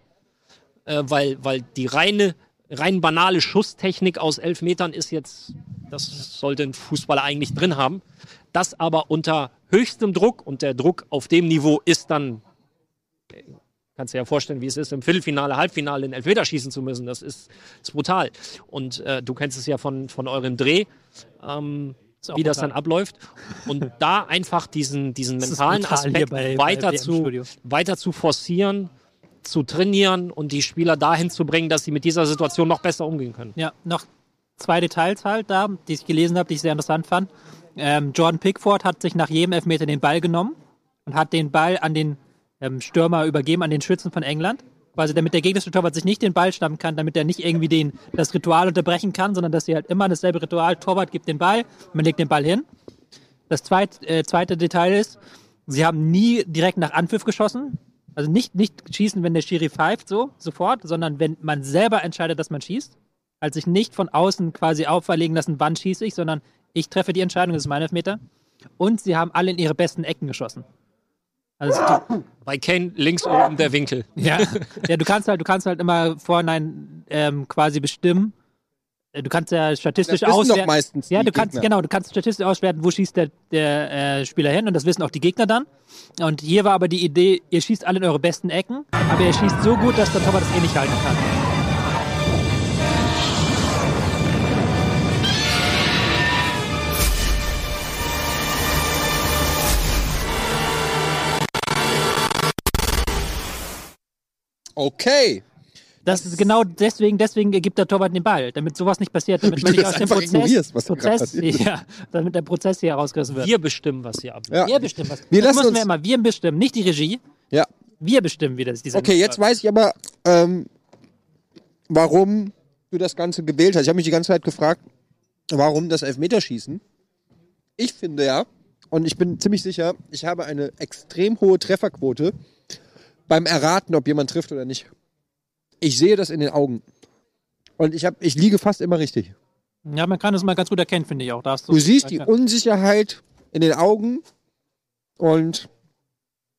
äh, weil, weil die reine, rein banale Schusstechnik aus elf Metern ist jetzt, das sollte ein Fußballer eigentlich drin haben. Das aber unter höchstem Druck und der Druck auf dem Niveau ist dann, kannst dir ja vorstellen, wie es ist, im Viertelfinale, Halbfinale in Elfmeter schießen zu müssen. Das ist, ist brutal. Und äh, du kennst es ja von, von eurem Dreh, ähm, wie das brutal. dann abläuft. Und da einfach diesen, diesen Das ist mentalen brutal hier Aspekt bei- weiter, bei zu, W M-Studio. weiter zu forcieren, zu trainieren und die Spieler dahin zu bringen, dass sie mit dieser Situation noch besser umgehen können. Ja, noch zwei Details halt da, die ich gelesen habe, die ich sehr interessant fand. Ähm, Jordan Pickford hat sich nach jedem Elfmeter den Ball genommen und hat den Ball an den ähm, Stürmer übergeben, an den Schützen von England. Quasi damit der gegnerische Torwart sich nicht den Ball schnappen kann, damit er nicht irgendwie den, das Ritual unterbrechen kann, sondern dass sie halt immer dasselbe Ritual, Torwart gibt den Ball, man legt den Ball hin. Das zweit, äh, zweite Detail ist, sie haben nie direkt nach Anpfiff geschossen. Also nicht, nicht schießen, wenn der Schiri pfeift, so, sofort, sondern wenn man selber entscheidet, dass man schießt. Also sich nicht von außen quasi auferlegen lassen, wann schieße ich, sondern ich treffe die Entscheidung, das ist mein Elfmeter. Und sie haben alle in ihre besten Ecken geschossen. Also du, Bei Kane links oben der Winkel. ja, ja, du kannst halt, du kannst halt immer vorhinein ähm, quasi bestimmen. Äh, Du kannst ja statistisch Das wissen doch auswerten. meistens ja, die du kannst Gegner. genau, du kannst statistisch auswerten, wo schießt der, der äh, Spieler hin und das wissen auch die Gegner dann. Und hier war aber die Idee, ihr schießt alle in eure besten Ecken, aber ihr schießt so gut, dass der Torwart das eh nicht halten kann. Okay. Das ist genau deswegen, deswegen gibt der Torwart den Ball, damit sowas nicht passiert, damit Wie man du nicht das aus dem einfach Prozess, ignorierst, was da gerade Prozess passiert. ja, damit der Prozess hier herausgerissen wird. Wir bestimmen, was hier abläuft. Ja. Wir bestimmen was. Wir das lassen müssen uns- wir immer. Wir bestimmen, nicht die Regie. Ja. Wir bestimmen, wie das diese. Okay, jetzt weiß ich aber, ähm, warum du das Ganze gewählt hast. Ich habe mich die ganze Zeit gefragt, warum das Elfmeterschießen. Ich finde ja, und ich bin ziemlich sicher, ich habe eine extrem hohe Trefferquote beim Erraten, ob jemand trifft oder nicht. Ich sehe das in den Augen. Und ich, hab, ich liege fast immer richtig. Ja, man kann das mal ganz gut erkennen, finde ich auch. Da hast Du siehst die Unsicherheit in den Augen und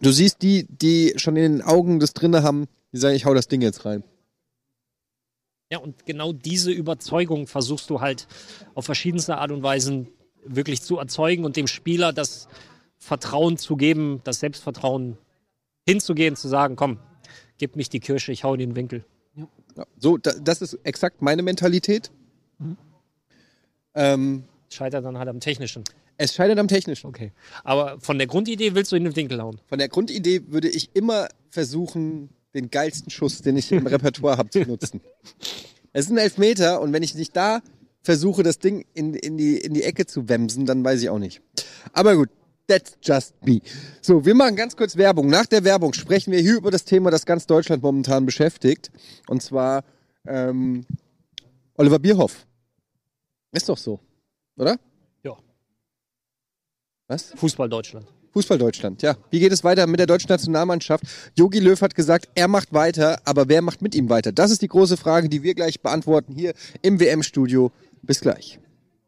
Du siehst die, die schon in den Augen das drinne haben, die sagen, ich hau das Ding jetzt rein. Ja, und genau diese Überzeugung versuchst du halt auf verschiedenste Art und Weisen wirklich zu erzeugen und dem Spieler das Vertrauen zu geben, das Selbstvertrauen hinzugehen, zu sagen, komm, gib mich die Kirsche, ich hau in den Winkel. Ja, so, da, das ist exakt meine Mentalität. Mhm. Ähm, Scheitert dann halt am Technischen. Es scheitert am Technischen. Okay. Aber von der Grundidee willst du in den Winkel hauen? Von der Grundidee würde ich immer versuchen, den geilsten Schuss, den ich im Repertoire habe, zu nutzen. Es ist ein Elfmeter und wenn ich nicht da versuche, das Ding in, in, die, in die Ecke zu wemsen, dann weiß ich auch nicht. Aber gut, that's just me. So, wir machen ganz kurz Werbung. Nach der Werbung sprechen wir hier über das Thema, das ganz Deutschland momentan beschäftigt. Und zwar ähm, Oliver Bierhoff. Ist doch so, oder? Ja. Was? Fußball Deutschland. Fußball Deutschland, ja. Wie geht es weiter mit der deutschen Nationalmannschaft? Jogi Löw hat gesagt, er macht weiter, aber wer macht mit ihm weiter? Das ist die große Frage, die wir gleich beantworten hier im W M-Studio. Bis gleich.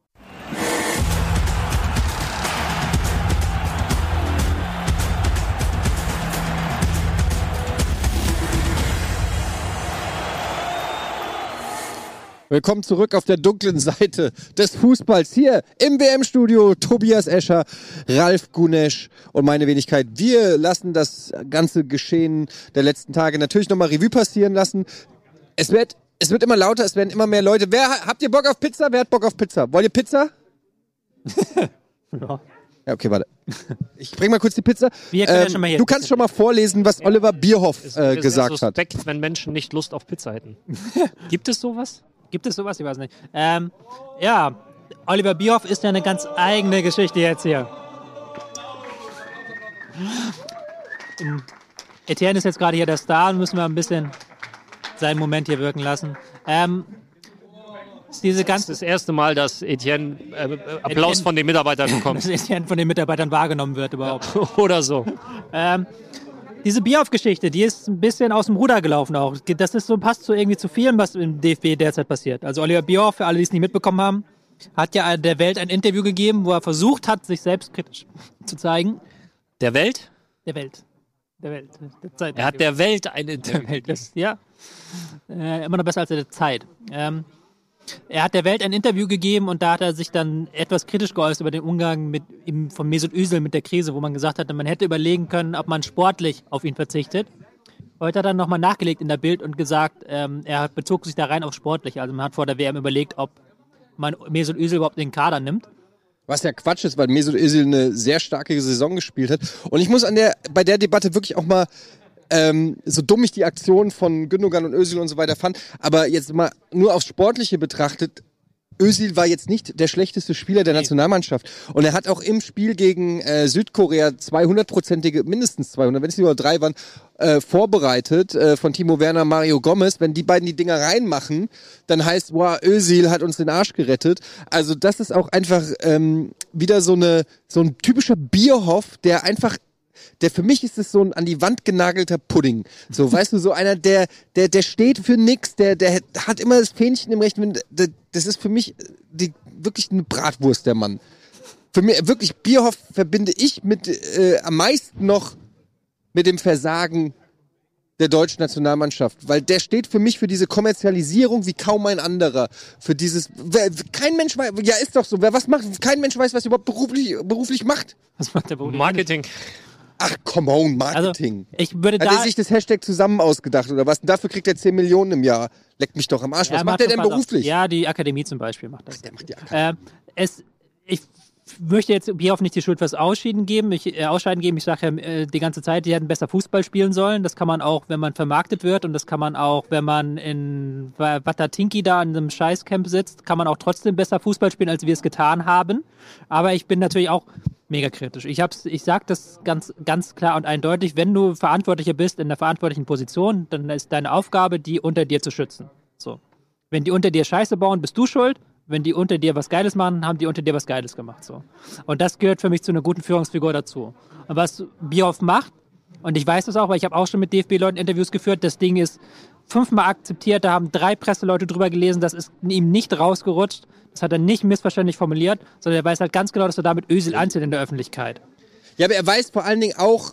Willkommen zurück auf der dunklen Seite des Fußballs hier im W M-Studio. Tobias Escher, Ralf Gunesch und meine Wenigkeit. Wir lassen das ganze Geschehen der letzten Tage natürlich nochmal Revue passieren lassen. Es wird, es wird immer lauter, es werden immer mehr Leute. Wer, habt ihr Bock auf Pizza? Wer hat Bock auf Pizza? Wollt ihr Pizza? Ja. Ja, okay, warte. Ich bring mal kurz die Pizza. Wir können ähm, ja schon mal hier du kannst schon mal vorlesen, was Oliver Bierhoff Es äh, ist gesagt sehr hat. suspekt, wenn Menschen nicht Lust auf Pizza hätten. Gibt es sowas? Gibt es sowas? Ich weiß nicht. Ähm, ja, Oliver Bierhoff ist ja eine ganz eigene Geschichte jetzt hier. Etienne ist jetzt gerade hier der Star und müssen wir ein bisschen seinen Moment hier wirken lassen. Ähm, ist diese Das ganze ist das erste Mal, dass Etienne äh, äh, Applaus Etienne- von den Mitarbeitern dass bekommt. Etienne von den Mitarbeitern wahrgenommen wird überhaupt. Oder so. Ähm, diese Bierhoff-Geschichte, die ist ein bisschen aus dem Ruder gelaufen auch. Das ist so, passt so irgendwie zu vielem, was im D F B derzeit passiert. Also Oliver Bierhoff, für alle, die es nicht mitbekommen haben, hat ja der Welt ein Interview gegeben, wo er versucht hat, sich selbstkritisch zu zeigen. Der Welt? Der Welt. Der Welt. Der Zeit. Er hat der Welt ein Der Interview. Welt. Das, ja. Äh, immer noch besser als der Zeit. Ähm, er hat der Welt ein Interview gegeben und da hat er sich dann etwas kritisch geäußert über den Umgang mit ihm, von Mesut Özil mit der Krise, wo man gesagt hatte, man hätte überlegen können, ob man sportlich auf ihn verzichtet. Heute hat er nochmal nachgelegt in der Bild und gesagt, ähm, er bezog sich da rein auf sportlich. Also man hat vor der W M überlegt, ob man Mesut Özil überhaupt in den Kader nimmt. Was ja Quatsch ist, weil Mesut Özil eine sehr starke Saison gespielt hat. Und ich muss an der, bei der Debatte wirklich auch mal, ähm, so dumm ich die Aktion von Gündogan und Özil und so weiter fand, aber jetzt mal nur aufs Sportliche betrachtet, Özil war jetzt nicht der schlechteste Spieler der Nationalmannschaft. Und er hat auch im Spiel gegen äh, Südkorea zweihundertprozentige, mindestens zweihundert, wenn es nicht nur drei waren, äh, vorbereitet äh, von Timo Werner, Mario Gomez. Wenn die beiden die Dinger reinmachen, dann heißt, wow, Özil hat uns den Arsch gerettet. Also das ist auch einfach ähm, wieder so eine so ein typischer Bierhoff, der einfach der für mich ist es so ein an die Wand genagelter Pudding. So, weißt du, so einer, der, der, der steht für nix, der, der hat immer das Fähnchen im rechten Wind. Das ist für mich die, wirklich eine Bratwurst, der Mann. Für mich, wirklich, Bierhoff verbinde ich mit, äh, am meisten noch mit dem Versagen der deutschen Nationalmannschaft. Weil der steht für mich für diese Kommerzialisierung wie kaum ein anderer. Für dieses, wer, kein Mensch weiß, ja, ist doch so, wer was macht, kein Mensch weiß, was er überhaupt beruflich, beruflich macht. Was macht der Bundesliga? Marketing. Ach, come on, Marketing. Also, ich würde Hat da er sich das Hashtag zusammen ausgedacht oder was? Und dafür kriegt er zehn Millionen im Jahr. Leckt mich doch am Arsch. Was Ja, macht er das denn was beruflich? Auch. Ja, die Akademie zum Beispiel macht das. Der macht die Akademie. Äh, es, ich möchte jetzt Bierhoff nicht die Schuld fürs Ausscheiden geben. Ich, äh, Ausscheiden geben. Ich sage ja äh, die ganze Zeit, die hätten besser Fußball spielen sollen. Das kann man auch, wenn man vermarktet wird und das kann man auch, wenn man in Watatinki da in einem Scheißcamp sitzt, kann man auch trotzdem besser Fußball spielen, als wir es getan haben. Aber ich bin natürlich auch mega kritisch. Ich, hab's, ich sage das ganz, ganz klar und eindeutig, wenn du Verantwortlicher bist in der verantwortlichen Position, dann ist deine Aufgabe, die unter dir zu schützen. So. Wenn die unter dir Scheiße bauen, bist du schuld. Wenn die unter dir was Geiles machen, haben die unter dir was Geiles gemacht. So. Und das gehört für mich zu einer guten Führungsfigur dazu. Und was Bierhoff macht, und ich weiß das auch, weil ich habe auch schon mit D F B-Leuten Interviews geführt, das Ding ist fünfmal akzeptiert, da haben drei Presseleute drüber gelesen, das ist ihm nicht rausgerutscht, das hat er nicht missverständlich formuliert, sondern er weiß halt ganz genau, dass er damit Özil anzieht in der Öffentlichkeit. Ja, aber er weiß vor allen Dingen auch,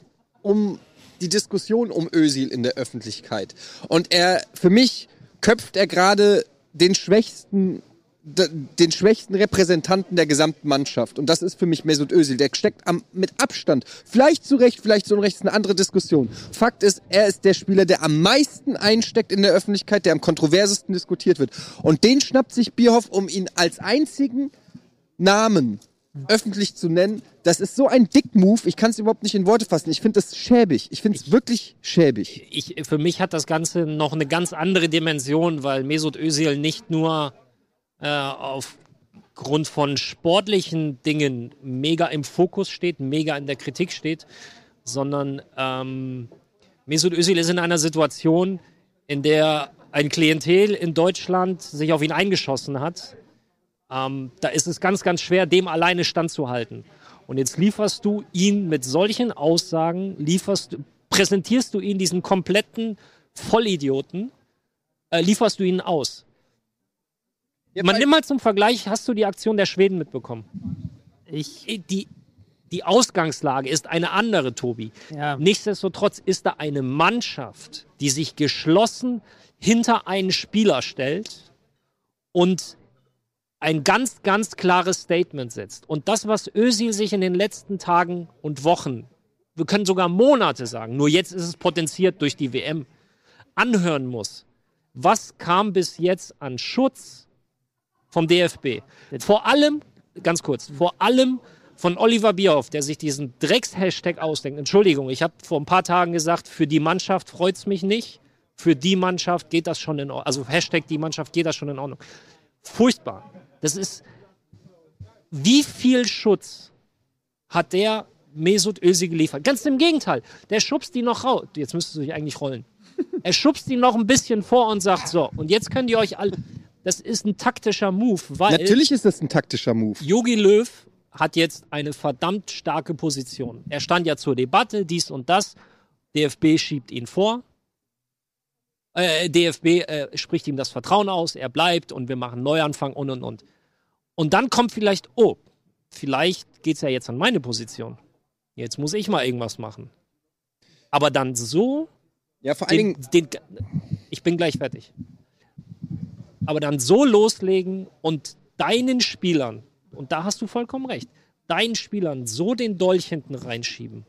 um die Diskussion um Özil in der Öffentlichkeit. Und er, für mich köpft er gerade den schwächsten den schwächsten Repräsentanten der gesamten Mannschaft. Und das ist für mich Mesut Özil. Der steckt am, mit Abstand, vielleicht zu Recht, vielleicht zu Unrecht, ist eine andere Diskussion. Fakt ist, er ist der Spieler, der am meisten einsteckt in der Öffentlichkeit, der am kontroversesten diskutiert wird. Und den schnappt sich Bierhoff, um ihn als einzigen Namen öffentlich zu nennen. Das ist so ein Dick-Move, ich kann es überhaupt nicht in Worte fassen. Ich finde das schäbig. Ich finde es wirklich schäbig. Ich, für mich hat das Ganze noch eine ganz andere Dimension, weil Mesut Özil nicht nur äh, aufgrund von sportlichen Dingen mega im Fokus steht, mega in der Kritik steht, sondern ähm, Mesut Özil ist in einer Situation, in der ein Klientel in Deutschland sich auf ihn eingeschossen hat. Ähm, da ist es ganz, ganz schwer, dem alleine standzuhalten. Und jetzt lieferst du ihn mit solchen Aussagen, lieferst, präsentierst du ihn, diesen kompletten Vollidioten, äh, lieferst du ihn aus. Ja, Man nimm mal zum Vergleich, hast du die Aktion der Schweden mitbekommen? Ich. Die, die Ausgangslage ist eine andere, Tobi. Ja. Nichtsdestotrotz ist da eine Mannschaft, die sich geschlossen hinter einen Spieler stellt und ein ganz, ganz klares Statement setzt. Und das, was Özil sich in den letzten Tagen und Wochen, wir können sogar Monate sagen, nur jetzt ist es potenziert durch die W M, anhören muss, was kam bis jetzt an Schutz vom D F B? Vor allem, ganz kurz, vor allem von Oliver Bierhoff, der sich diesen Drecks-Hashtag ausdenkt. Entschuldigung, ich habe vor ein paar Tagen gesagt, für die Mannschaft freut es mich nicht, für die Mannschaft geht das schon in Ordnung. Also Hashtag die Mannschaft geht das schon in Ordnung. Furchtbar. Das ist, wie viel Schutz hat der Mesut Özil geliefert? Ganz im Gegenteil, der schubst die noch raus. Jetzt müsstest du dich eigentlich rollen. Er schubst die noch ein bisschen vor und sagt so, und jetzt könnt ihr euch alle... Das ist ein taktischer Move, weil... Natürlich ist das ein taktischer Move. Jogi Löw hat jetzt eine verdammt starke Position. Er stand ja zur Debatte, dies und das. D F B schiebt ihn vor. Äh, D F B äh, spricht ihm das Vertrauen aus, er bleibt und wir machen einen Neuanfang und und und. Und dann kommt vielleicht, oh, vielleicht geht es ja jetzt an meine Position. Jetzt muss ich mal irgendwas machen. Aber dann so... Ja, vor allen den, Dingen... Den, ich bin gleich fertig. Aber dann so loslegen und deinen Spielern, und da hast du vollkommen recht, deinen Spielern so den Dolch hinten reinschieben,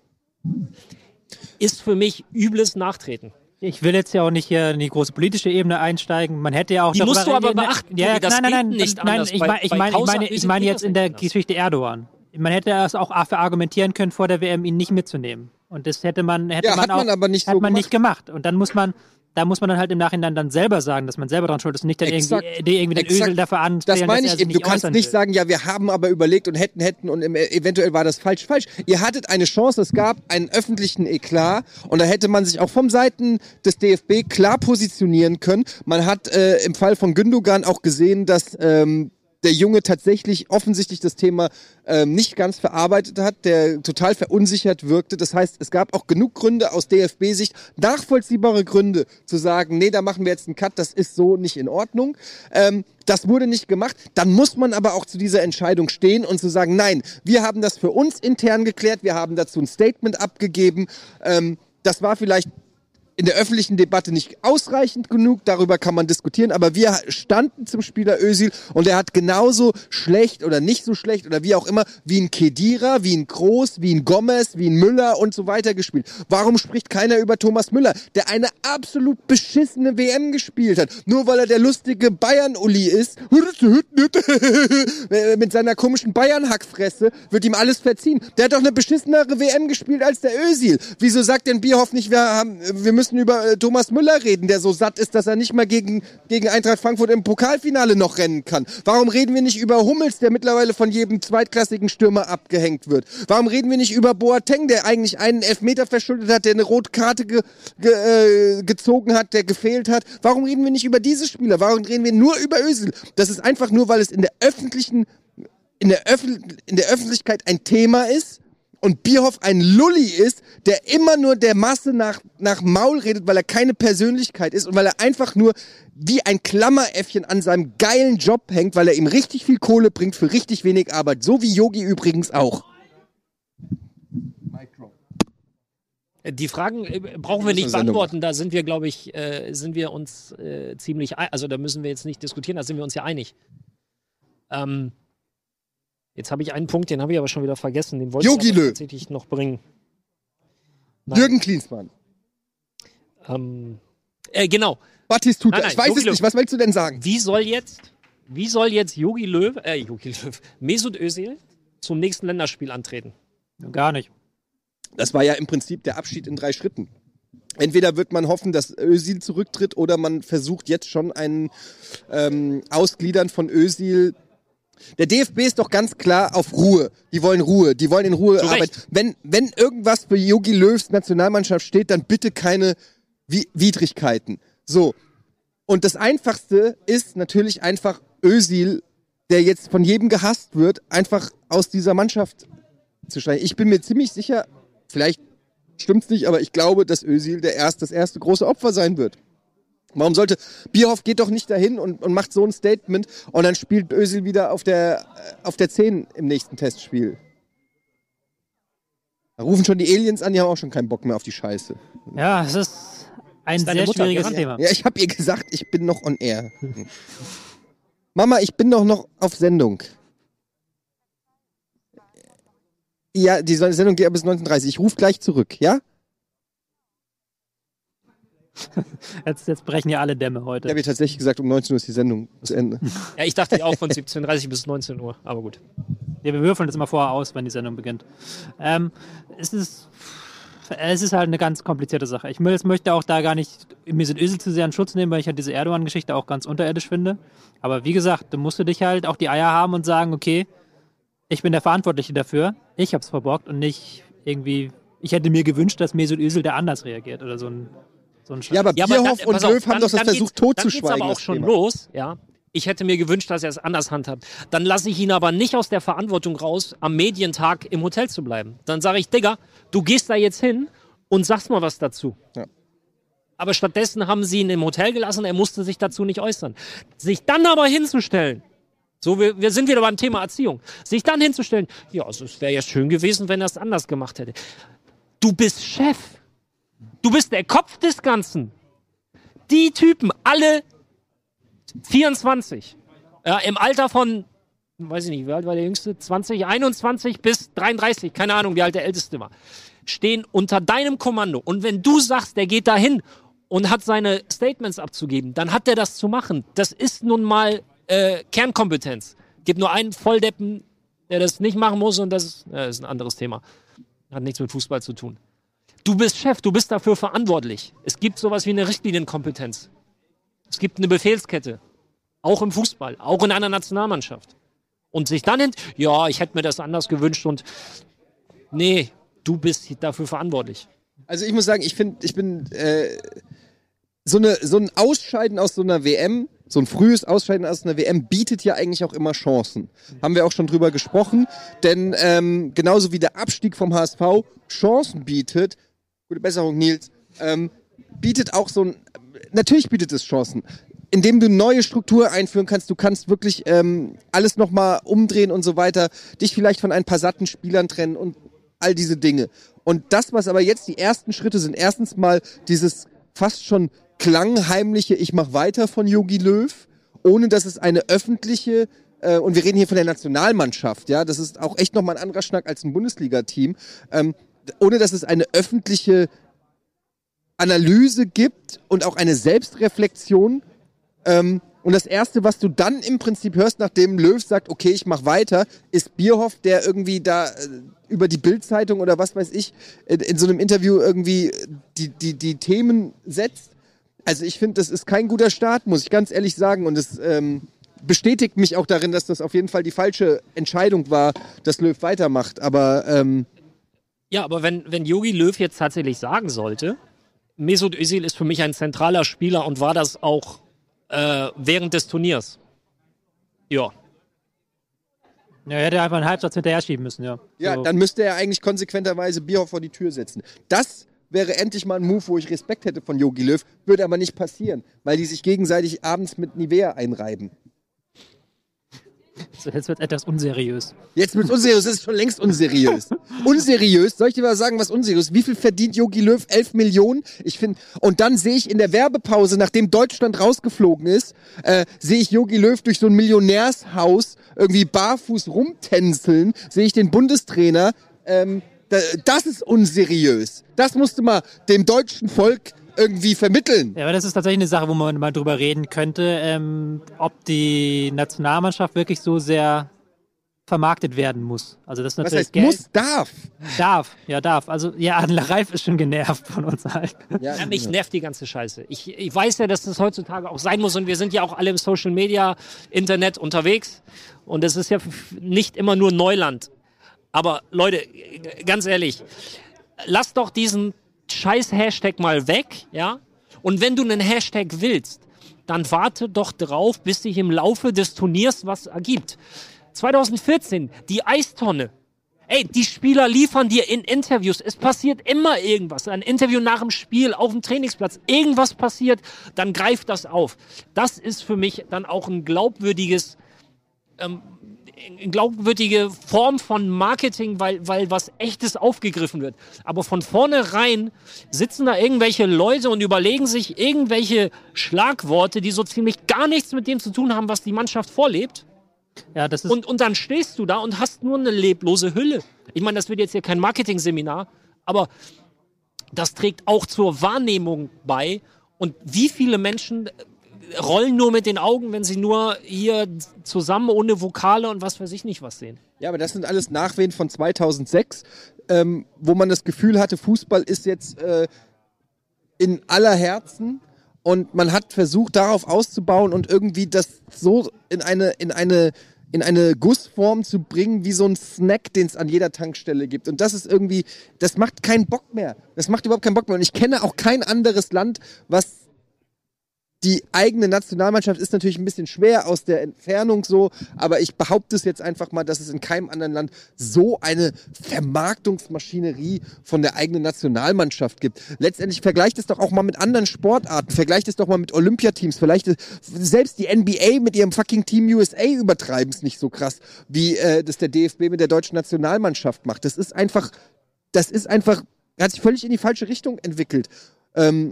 ist für mich übles Nachtreten. Ich will jetzt ja auch nicht hier in die große politische Ebene einsteigen. Man hätte ja auch... Die musst du aber beachten, ja, Tobi, das nein, nein, nein, geht nicht nein, anders. Ich, Bei- mein, ich, bei meine, ich, Kausa meine, ich Özil meine geht jetzt das in der nicht anders. Geschichte Erdogan. Man hätte das auch verargumentieren können vor der W M, ihn nicht mitzunehmen. Und das hätte man, hätte Ja, man hat auch, man aber nicht hat so man gemacht. nicht gemacht. Und dann muss man, da muss man dann halt im Nachhinein dann selber sagen, dass man selber dran schuld ist und nicht dann Exakt. irgendwie, irgendwie den Exakt. Özil dafür anstellen, Das meine dass ich er eben. sich Du kannst äußern nicht will. sagen, ja, wir haben aber überlegt und hätten, hätten und im, eventuell war das falsch, falsch. Ihr hattet eine Chance, es gab einen öffentlichen Eklat und da hätte man sich auch vom Seiten des D F B klar positionieren können. Man hat äh, im Fall von Gündogan auch gesehen, dass ähm, der Junge tatsächlich offensichtlich das Thema ähm, nicht ganz verarbeitet hat, der total verunsichert wirkte. Das heißt, es gab auch genug Gründe aus D F B-Sicht, nachvollziehbare Gründe zu sagen, nee, da machen wir jetzt einen Cut, das ist so nicht in Ordnung. Ähm, das wurde nicht gemacht. Dann muss man aber auch zu dieser Entscheidung stehen und zu sagen, nein, wir haben das für uns intern geklärt, wir haben dazu ein Statement abgegeben. Ähm, das war vielleicht in der öffentlichen Debatte nicht ausreichend genug, darüber kann man diskutieren, aber wir standen zum Spieler Özil und er hat genauso schlecht oder nicht so schlecht oder wie auch immer, wie ein Khedira, wie ein Kroos, wie ein Gomez, wie ein Müller und so weiter gespielt. Warum spricht keiner über Thomas Müller, der eine absolut beschissene W M gespielt hat, nur weil er der lustige Bayern-Uli ist, mit seiner komischen Bayern-Hackfresse wird ihm alles verziehen. Der hat doch eine beschissenere W M gespielt als der Özil. Wieso sagt denn Bierhoff nicht, wir haben, wir müssen über äh, Thomas Müller reden, der so satt ist, dass er nicht mal gegen, gegen Eintracht Frankfurt im Pokalfinale noch rennen kann? Warum reden wir nicht über Hummels, der mittlerweile von jedem zweitklassigen Stürmer abgehängt wird? Warum reden wir nicht über Boateng, der eigentlich einen Elfmeter verschuldet hat, der eine rote Karte ge, ge, äh, gezogen hat, der gefehlt hat? Warum reden wir nicht über diese Spieler? Warum reden wir nur über Özil? Das ist einfach nur, weil es in der öffentlichen, in der, Öffn- in der Öffentlichkeit ein Thema ist. Und Bierhoff ein Lulli ist, der immer nur der Masse nach, nach Maul redet, weil er keine Persönlichkeit ist und weil er einfach nur wie ein Klammeräffchen an seinem geilen Job hängt, weil er ihm richtig viel Kohle bringt für richtig wenig Arbeit. So wie Yogi übrigens auch. Die Fragen äh, brauchen wir nicht beantworten. Da sind wir, glaube ich, äh, sind wir uns äh, ziemlich, ein also da müssen wir jetzt nicht diskutieren, da sind wir uns ja einig. Ähm, jetzt habe ich einen Punkt, den habe ich aber schon wieder vergessen. Den wollte Jogi ich aber Löw. tatsächlich noch bringen. Nein. Jürgen Klinsmann. Ähm, äh, genau. Batistuta. Nein, nein, ich weiß Jogi es Löw. nicht. Was willst du denn sagen? Wie soll jetzt, wie soll jetzt Jogi Löw, äh, Jogi Löw, Mesut Özil zum nächsten Länderspiel antreten? Gar nicht. Das war ja im Prinzip der Abschied in drei Schritten. Entweder wird man hoffen, dass Özil zurücktritt, oder man versucht jetzt schon ein ähm, Ausgliedern von Özil. Der D F B ist doch ganz klar auf Ruhe. Die wollen Ruhe. Die wollen in Ruhe Zu arbeiten. Recht. Wenn, wenn irgendwas für Jogi Löws Nationalmannschaft steht, dann bitte keine Wi- Widrigkeiten. So. Und das Einfachste ist natürlich einfach Özil, der jetzt von jedem gehasst wird, einfach aus dieser Mannschaft zu steigen. Ich bin mir ziemlich sicher, vielleicht stimmt's nicht, aber ich glaube, dass Özil der erst, das erste große Opfer sein wird. Warum sollte, Bierhoff geht doch nicht dahin und, und macht so ein Statement und dann spielt Özil wieder auf der, äh, auf der zehn im nächsten Testspiel. Da rufen schon die Aliens an, die haben auch schon keinen Bock mehr auf die Scheiße. Ja, es ist ein Ist deine sehr Mutter schwieriges gerannt? Thema. Ja, ich habe ihr gesagt, ich bin noch on air. Mama, ich bin doch noch auf Sendung. Ja, die Sendung geht bis neunzehn Uhr dreißig. Ich rufe gleich zurück, ja? Jetzt, jetzt brechen ja alle Dämme heute. Ich habe ihr tatsächlich gesagt, um neunzehn Uhr ist die Sendung zu Ende. Ja, ich dachte auch von siebzehn Uhr dreißig bis neunzehn Uhr, aber gut. Ja, wir würfeln das immer vorher aus, wenn die Sendung beginnt. Ähm, es ist, es ist halt eine ganz komplizierte Sache. Ich mö- möchte auch da gar nicht Mesut Özil zu sehr in Schutz nehmen, weil ich halt diese Erdogan-Geschichte auch ganz unterirdisch finde. Aber wie gesagt, du musst du dich halt auch die Eier haben und sagen, okay, ich bin der Verantwortliche dafür, ich hab's verbockt und nicht irgendwie, ich hätte mir gewünscht, dass Mesut Özil da anders reagiert oder so ein, so ein Scheiß. Ja, aber Ja, aber Bierhoff dann- und pass auf, Löw haben dann- doch das dann versucht geht's- totzuschweigen. Dann geht's aber auch das schon Thema. los, ja. Ich hätte mir gewünscht, dass er es anders handhabt. Dann lasse ich ihn aber nicht aus der Verantwortung raus, am Medientag im Hotel zu bleiben. Dann sage ich, Digga, du gehst da jetzt hin und sagst mal was dazu. Ja. Aber stattdessen haben sie ihn im Hotel gelassen, er musste sich dazu nicht äußern. Sich dann aber hinzustellen, so, wir, wir sind wieder beim Thema Erziehung, sich dann hinzustellen, ja, also es wäre ja schön gewesen, wenn er es anders gemacht hätte. Du bist Chef. Du bist der Kopf des Ganzen. Die Typen, alle vierundzwanzig, ja, im Alter von, weiß ich nicht, wie alt war der Jüngste? zwanzig, einundzwanzig bis dreiunddreißig, keine Ahnung, wie alt der Älteste war, stehen unter deinem Kommando. Und wenn du sagst, der geht dahin und hat seine Statements abzugeben, dann hat der das zu machen. Das ist nun mal äh, Kernkompetenz. Gibt nur einen Volldeppen, der das nicht machen muss, und das ist, äh, ist ein anderes Thema. Hat nichts mit Fußball zu tun. Du bist Chef, du bist dafür verantwortlich. Es gibt sowas wie eine Richtlinienkompetenz. Es gibt eine Befehlskette. Auch im Fußball, auch in einer Nationalmannschaft. Und sich dann hin, ja, ich hätte mir das anders gewünscht und nee, du bist dafür verantwortlich. Also ich muss sagen, ich finde, ich bin äh, so, eine, so ein Ausscheiden aus so einer W M, so ein frühes Ausscheiden aus einer W M bietet ja eigentlich auch immer Chancen. Haben wir auch schon drüber gesprochen, denn ähm, genauso wie der Abstieg vom H S V Chancen bietet, gute Besserung Nils, ähm, bietet auch so ein, natürlich bietet es Chancen, indem du neue Struktur einführen kannst, du kannst wirklich ähm, alles nochmal umdrehen und so weiter, dich vielleicht von ein paar satten Spielern trennen und all diese Dinge. Und das, was aber jetzt die ersten Schritte sind, erstens mal dieses fast schon klangheimliche Ich mach weiter von Jogi Löw, ohne dass es eine öffentliche, äh, und wir reden hier von der Nationalmannschaft, ja, das ist auch echt nochmal ein anderer Schnack als ein Bundesliga-Team, ähm, ohne dass es eine öffentliche Analyse gibt und auch eine Selbstreflexion. Ähm, und das Erste, was du dann im Prinzip hörst, nachdem Löw sagt, okay, ich mach weiter, ist Bierhoff, der irgendwie da äh, über die Bild-Zeitung oder was weiß ich, in, in so einem Interview irgendwie die, die, die Themen setzt. Also ich finde, das ist kein guter Start, muss ich ganz ehrlich sagen. Und es ähm, bestätigt mich auch darin, dass das auf jeden Fall die falsche Entscheidung war, dass Löw weitermacht. Aber ähm, Ja, aber wenn, wenn Jogi Löw jetzt tatsächlich sagen sollte, Mesut Özil ist für mich ein zentraler Spieler und war das auch äh, während des Turniers. Ja. Ja, er hätte einfach einen Halbsatz hinterher schieben müssen, ja. ja, so. dann müsste er eigentlich konsequenterweise Bierhoff vor die Tür setzen. Das wäre endlich mal ein Move, wo ich Respekt hätte von Jogi Löw, würde aber nicht passieren, weil die sich gegenseitig abends mit Nivea einreiben. Jetzt wird etwas unseriös. Jetzt wird es unseriös, es ist schon längst unseriös. Unseriös, soll ich dir mal sagen, was unseriös? Wie viel verdient Jogi Löw? elf Millionen? Ich finde, und dann sehe ich in der Werbepause, nachdem Deutschland rausgeflogen ist, äh, sehe ich Jogi Löw durch so ein Millionärshaus irgendwie barfuß rumtänzeln, sehe ich den Bundestrainer, ähm, da, das ist unseriös. Das musste mal dem deutschen Volk irgendwie vermitteln. Ja, aber das ist tatsächlich eine Sache, wo man mal drüber reden könnte, ähm, ob die Nationalmannschaft wirklich so sehr vermarktet werden muss. Also das ist natürlich Was heißt Geld. muss, darf? Darf, ja darf. Also ja, Adler Reif ist schon genervt von uns halt. Ja, Ja, mich nervt die ganze Scheiße. Ich, ich weiß ja, dass das heutzutage auch sein muss und wir sind ja auch alle im Social Media, Internet unterwegs und es ist ja f- nicht immer nur Neuland. Aber Leute, ganz ehrlich, lass doch diesen scheiß Hashtag mal weg, ja? Und wenn du einen Hashtag willst, dann warte doch drauf, bis sich im Laufe des Turniers was ergibt. zwanzig vierzehn, die Eistonne. Ey, die Spieler liefern dir in Interviews. Es passiert immer irgendwas. Ein Interview nach dem Spiel, auf dem Trainingsplatz. Irgendwas passiert, dann greift das auf. Das ist für mich dann auch ein glaubwürdiges, ähm, eine glaubwürdige Form von Marketing, weil, weil was Echtes aufgegriffen wird. Aber von vornherein sitzen da irgendwelche Leute und überlegen sich irgendwelche Schlagworte, die so ziemlich gar nichts mit dem zu tun haben, was die Mannschaft vorlebt. Ja, das ist Und, und dann stehst du da und hast nur eine leblose Hülle. Ich meine, das wird jetzt hier kein Marketing-Seminar, aber das trägt auch zur Wahrnehmung bei. Und wie viele Menschen rollen nur mit den Augen, wenn sie nur hier zusammen ohne Vokale und was weiß ich nicht was sehen. Ja, aber das sind alles Nachwehen von zweitausendsechs, ähm, wo man das Gefühl hatte, Fußball ist jetzt äh, in aller Herzen und man hat versucht, darauf auszubauen und irgendwie das so in eine, in eine, in eine Gussform zu bringen, wie so ein Snack, den es an jeder Tankstelle gibt. Und das ist irgendwie, das macht keinen Bock mehr. Das macht überhaupt keinen Bock mehr. Und ich kenne auch kein anderes Land, was die eigene Nationalmannschaft ist natürlich ein bisschen schwer aus der Entfernung so, aber ich behaupte es jetzt einfach mal, dass es in keinem anderen Land so eine Vermarktungsmaschinerie von der eigenen Nationalmannschaft gibt. Letztendlich vergleicht es doch auch mal mit anderen Sportarten, vergleicht es doch mal mit Olympiateams, vielleicht selbst die N B A mit ihrem fucking Team U S A übertreiben es nicht so krass, wie äh, das der D F B mit der deutschen Nationalmannschaft macht. Das ist einfach, das ist einfach, hat sich völlig in die falsche Richtung entwickelt. Ähm,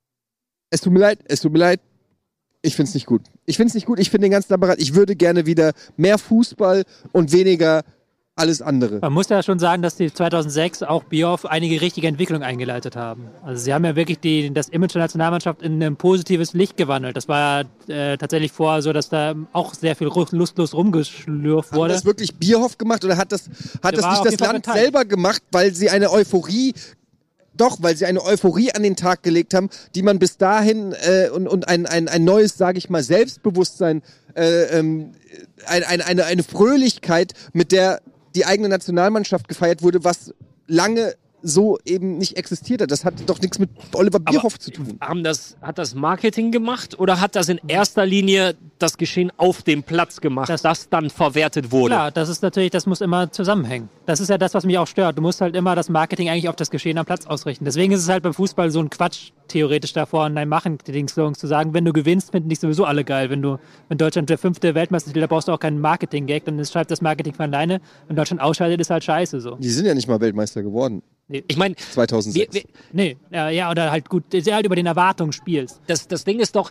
Es tut mir leid, es tut mir leid. Ich find's nicht gut. Ich find's nicht gut, ich finde den ganzen Apparat. Ich würde gerne wieder mehr Fußball und weniger alles andere. Man muss ja schon sagen, dass die zweitausendsechs auch Bierhoff einige richtige Entwicklungen eingeleitet haben. Also sie haben ja wirklich die, das Image der Nationalmannschaft in ein positives Licht gewandelt. Das war ja äh, tatsächlich vorher so, dass da auch sehr viel lustlos rumgeschlürft wurde. Hat das wirklich Bierhoff gemacht oder hat das, hat Der das war nicht auf das jeden Fall Land beteiligt. selber gemacht, weil sie eine Euphorie Doch, weil sie eine Euphorie an den Tag gelegt haben, die man bis dahin äh, und, und ein, ein, ein neues, sage ich mal, Selbstbewusstsein, äh, ähm, ein, ein, eine, eine Fröhlichkeit, mit der die eigene Nationalmannschaft gefeiert wurde, was lange so eben nicht existiert hat. Das hat doch nichts mit Oliver Bierhoff Aber zu tun. Haben das, hat das Marketing gemacht oder hat das in erster Linie das Geschehen auf dem Platz gemacht, Das- das, dann verwertet wurde? Klar, das ist natürlich, das muss immer zusammenhängen. Das ist ja das, was mich auch stört. Du musst halt immer das Marketing eigentlich auf das Geschehen am Platz ausrichten. Deswegen ist es halt beim Fußball so ein Quatsch, theoretisch davor an deinem Marketing-Slogans zu sagen, wenn du gewinnst, finden dich sowieso alle geil. Wenn du, wenn Deutschland der fünfte Weltmeister ist, da brauchst du auch keinen Marketing-Gag, dann schreibt das Marketing von alleine. Wenn Deutschland ausschaltet, ist halt scheiße so. Die sind ja nicht mal Weltmeister geworden. Ich meine, wir, zweitausendsechs. wir, Nee, ja, ja, oder halt gut, dass du halt über den Erwartungen spielst. das, das Ding ist doch,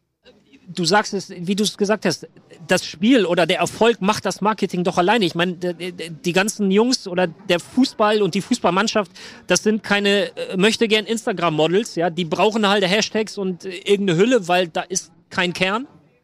du sagst es, wie du es gesagt hast, das Spiel oder der Erfolg macht das Marketing doch alleine. Ich meine, die, die ganzen Jungs oder der Fußball und die Fußballmannschaft, das sind keine äh, möchte gern Instagram-Models, ja, die brauchen halt Hashtags und äh, irgendeine Hülle, weil da ist kein Kern.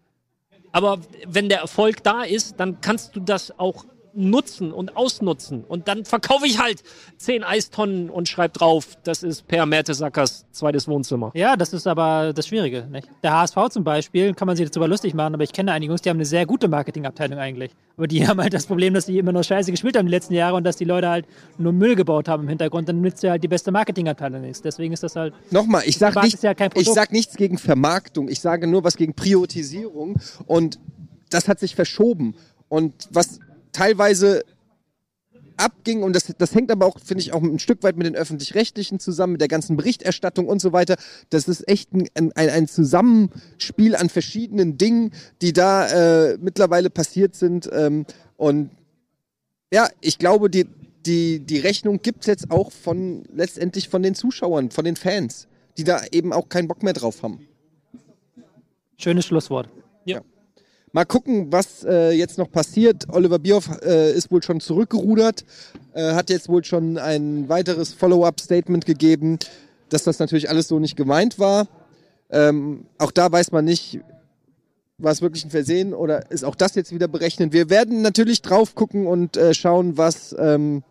Aber wenn der Erfolg da ist, dann kannst du das auch nutzen und ausnutzen. Und dann verkaufe ich halt zehn Eistonnen und schreib drauf, das ist Per Mertesackers zweites Wohnzimmer. Ja, das ist aber das Schwierige. Nicht? Der H S V zum Beispiel, kann man sich darüber lustig machen, aber ich kenne einige Jungs, die haben eine sehr gute Marketingabteilung eigentlich. Aber die haben halt das Problem, dass die immer nur Scheiße gespielt haben die letzten Jahre und dass die Leute halt nur Müll gebaut haben im Hintergrund. Dann nützt ja halt die beste Marketingabteilung nichts. Deswegen ist das halt... Nochmal, ich sag, Markt nicht, ist ja kein ich Produkt. sag nichts gegen Vermarktung, ich sage nur was gegen Priorisierung und das hat sich verschoben. Und was teilweise abging und das, das hängt aber auch, finde ich, auch ein Stück weit mit den Öffentlich-Rechtlichen zusammen, mit der ganzen Berichterstattung und so weiter. Das ist echt ein, ein, ein Zusammenspiel an verschiedenen Dingen, die da äh, mittlerweile passiert sind. Ähm, und ja, ich glaube, die, die, die Rechnung gibt es jetzt auch von letztendlich von den Zuschauern, von den Fans, die da eben auch keinen Bock mehr drauf haben. Schönes Schlusswort. Ja. Mal gucken, was äh, jetzt noch passiert. Oliver Bierhoff äh, ist wohl schon zurückgerudert, äh, hat jetzt wohl schon ein weiteres Follow-up-Statement gegeben, dass das natürlich alles so nicht gemeint war. Ähm, auch da weiß man nicht, war es wirklich ein Versehen oder ist auch das jetzt wieder berechnet. Wir werden natürlich drauf gucken und äh, schauen, was, ähm,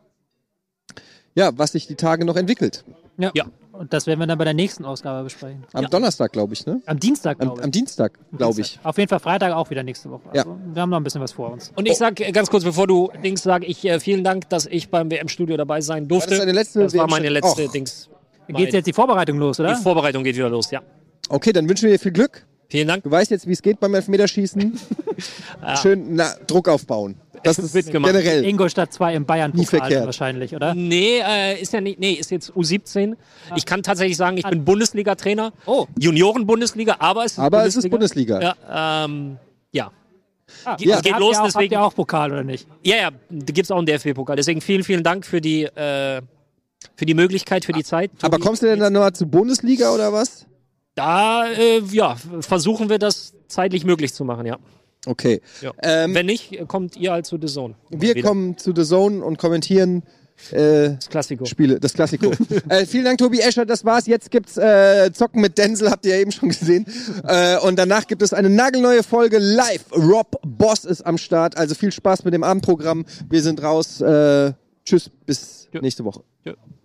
ja, was sich die Tage noch entwickelt. Ja. Ja. Und das werden wir dann bei der nächsten Ausgabe besprechen. Am Ja. Donnerstag, glaube ich, ne? Am Dienstag, Am, glaube ich. am Dienstag, glaube ich. Auf jeden Fall Freitag auch wieder nächste Woche. Ja. Also, wir haben noch ein bisschen was vor uns. Und ich sag äh, ganz kurz, bevor du Dings sagst, ich äh, vielen Dank, dass ich beim W M-Studio dabei sein durfte. War das deine letzte Das war W M? meine letzte Och. Dings. Geht jetzt die Vorbereitung los, oder? Die Vorbereitung geht wieder los, ja. Okay, dann wünschen wir dir viel Glück. Vielen Dank. Du weißt jetzt, wie es geht beim Elfmeterschießen. Schön na, Druck aufbauen. Das ist Wird gemacht. generell. Ingolstadt zwei im Nie Bayern-Pokal verkehrt. wahrscheinlich, oder? Nee, äh, ist ja nicht, nee, ist jetzt U siebzehn. Ich kann tatsächlich sagen, ich bin Bundesliga-Trainer. Oh. Junioren-Bundesliga, aber es ist Aber es Bundesliga. ist Bundesliga. Ja, ähm, ja. Ah, Ge- also geht habt los, ihr auch, deswegen- Habt ihr auch Pokal, oder nicht? Ja, ja, da gibt's auch einen D F B-Pokal. Deswegen vielen, vielen Dank für die, äh, für die Möglichkeit, für die Zeit. Aber Tobi, kommst du denn dann nochmal zur Bundesliga oder was? Da, äh, ja, versuchen wir das zeitlich möglich zu machen, ja. Okay. ja. Ähm, Wenn nicht, kommt ihr halt zu The Zone. wir Wieder. kommen zu The Zone und kommentieren äh, Das Klassiko. Spiele, das Klassiko. äh, vielen Dank, Tobi Escher, das war's. Jetzt gibt's äh, Zocken mit Denzel, habt ihr ja eben schon gesehen. Äh, und danach gibt es eine nagelneue Folge live. Rob Boss ist am Start, also viel Spaß mit dem Abendprogramm. Wir sind raus. Äh, tschüss, bis Ja. nächste Woche. Ja.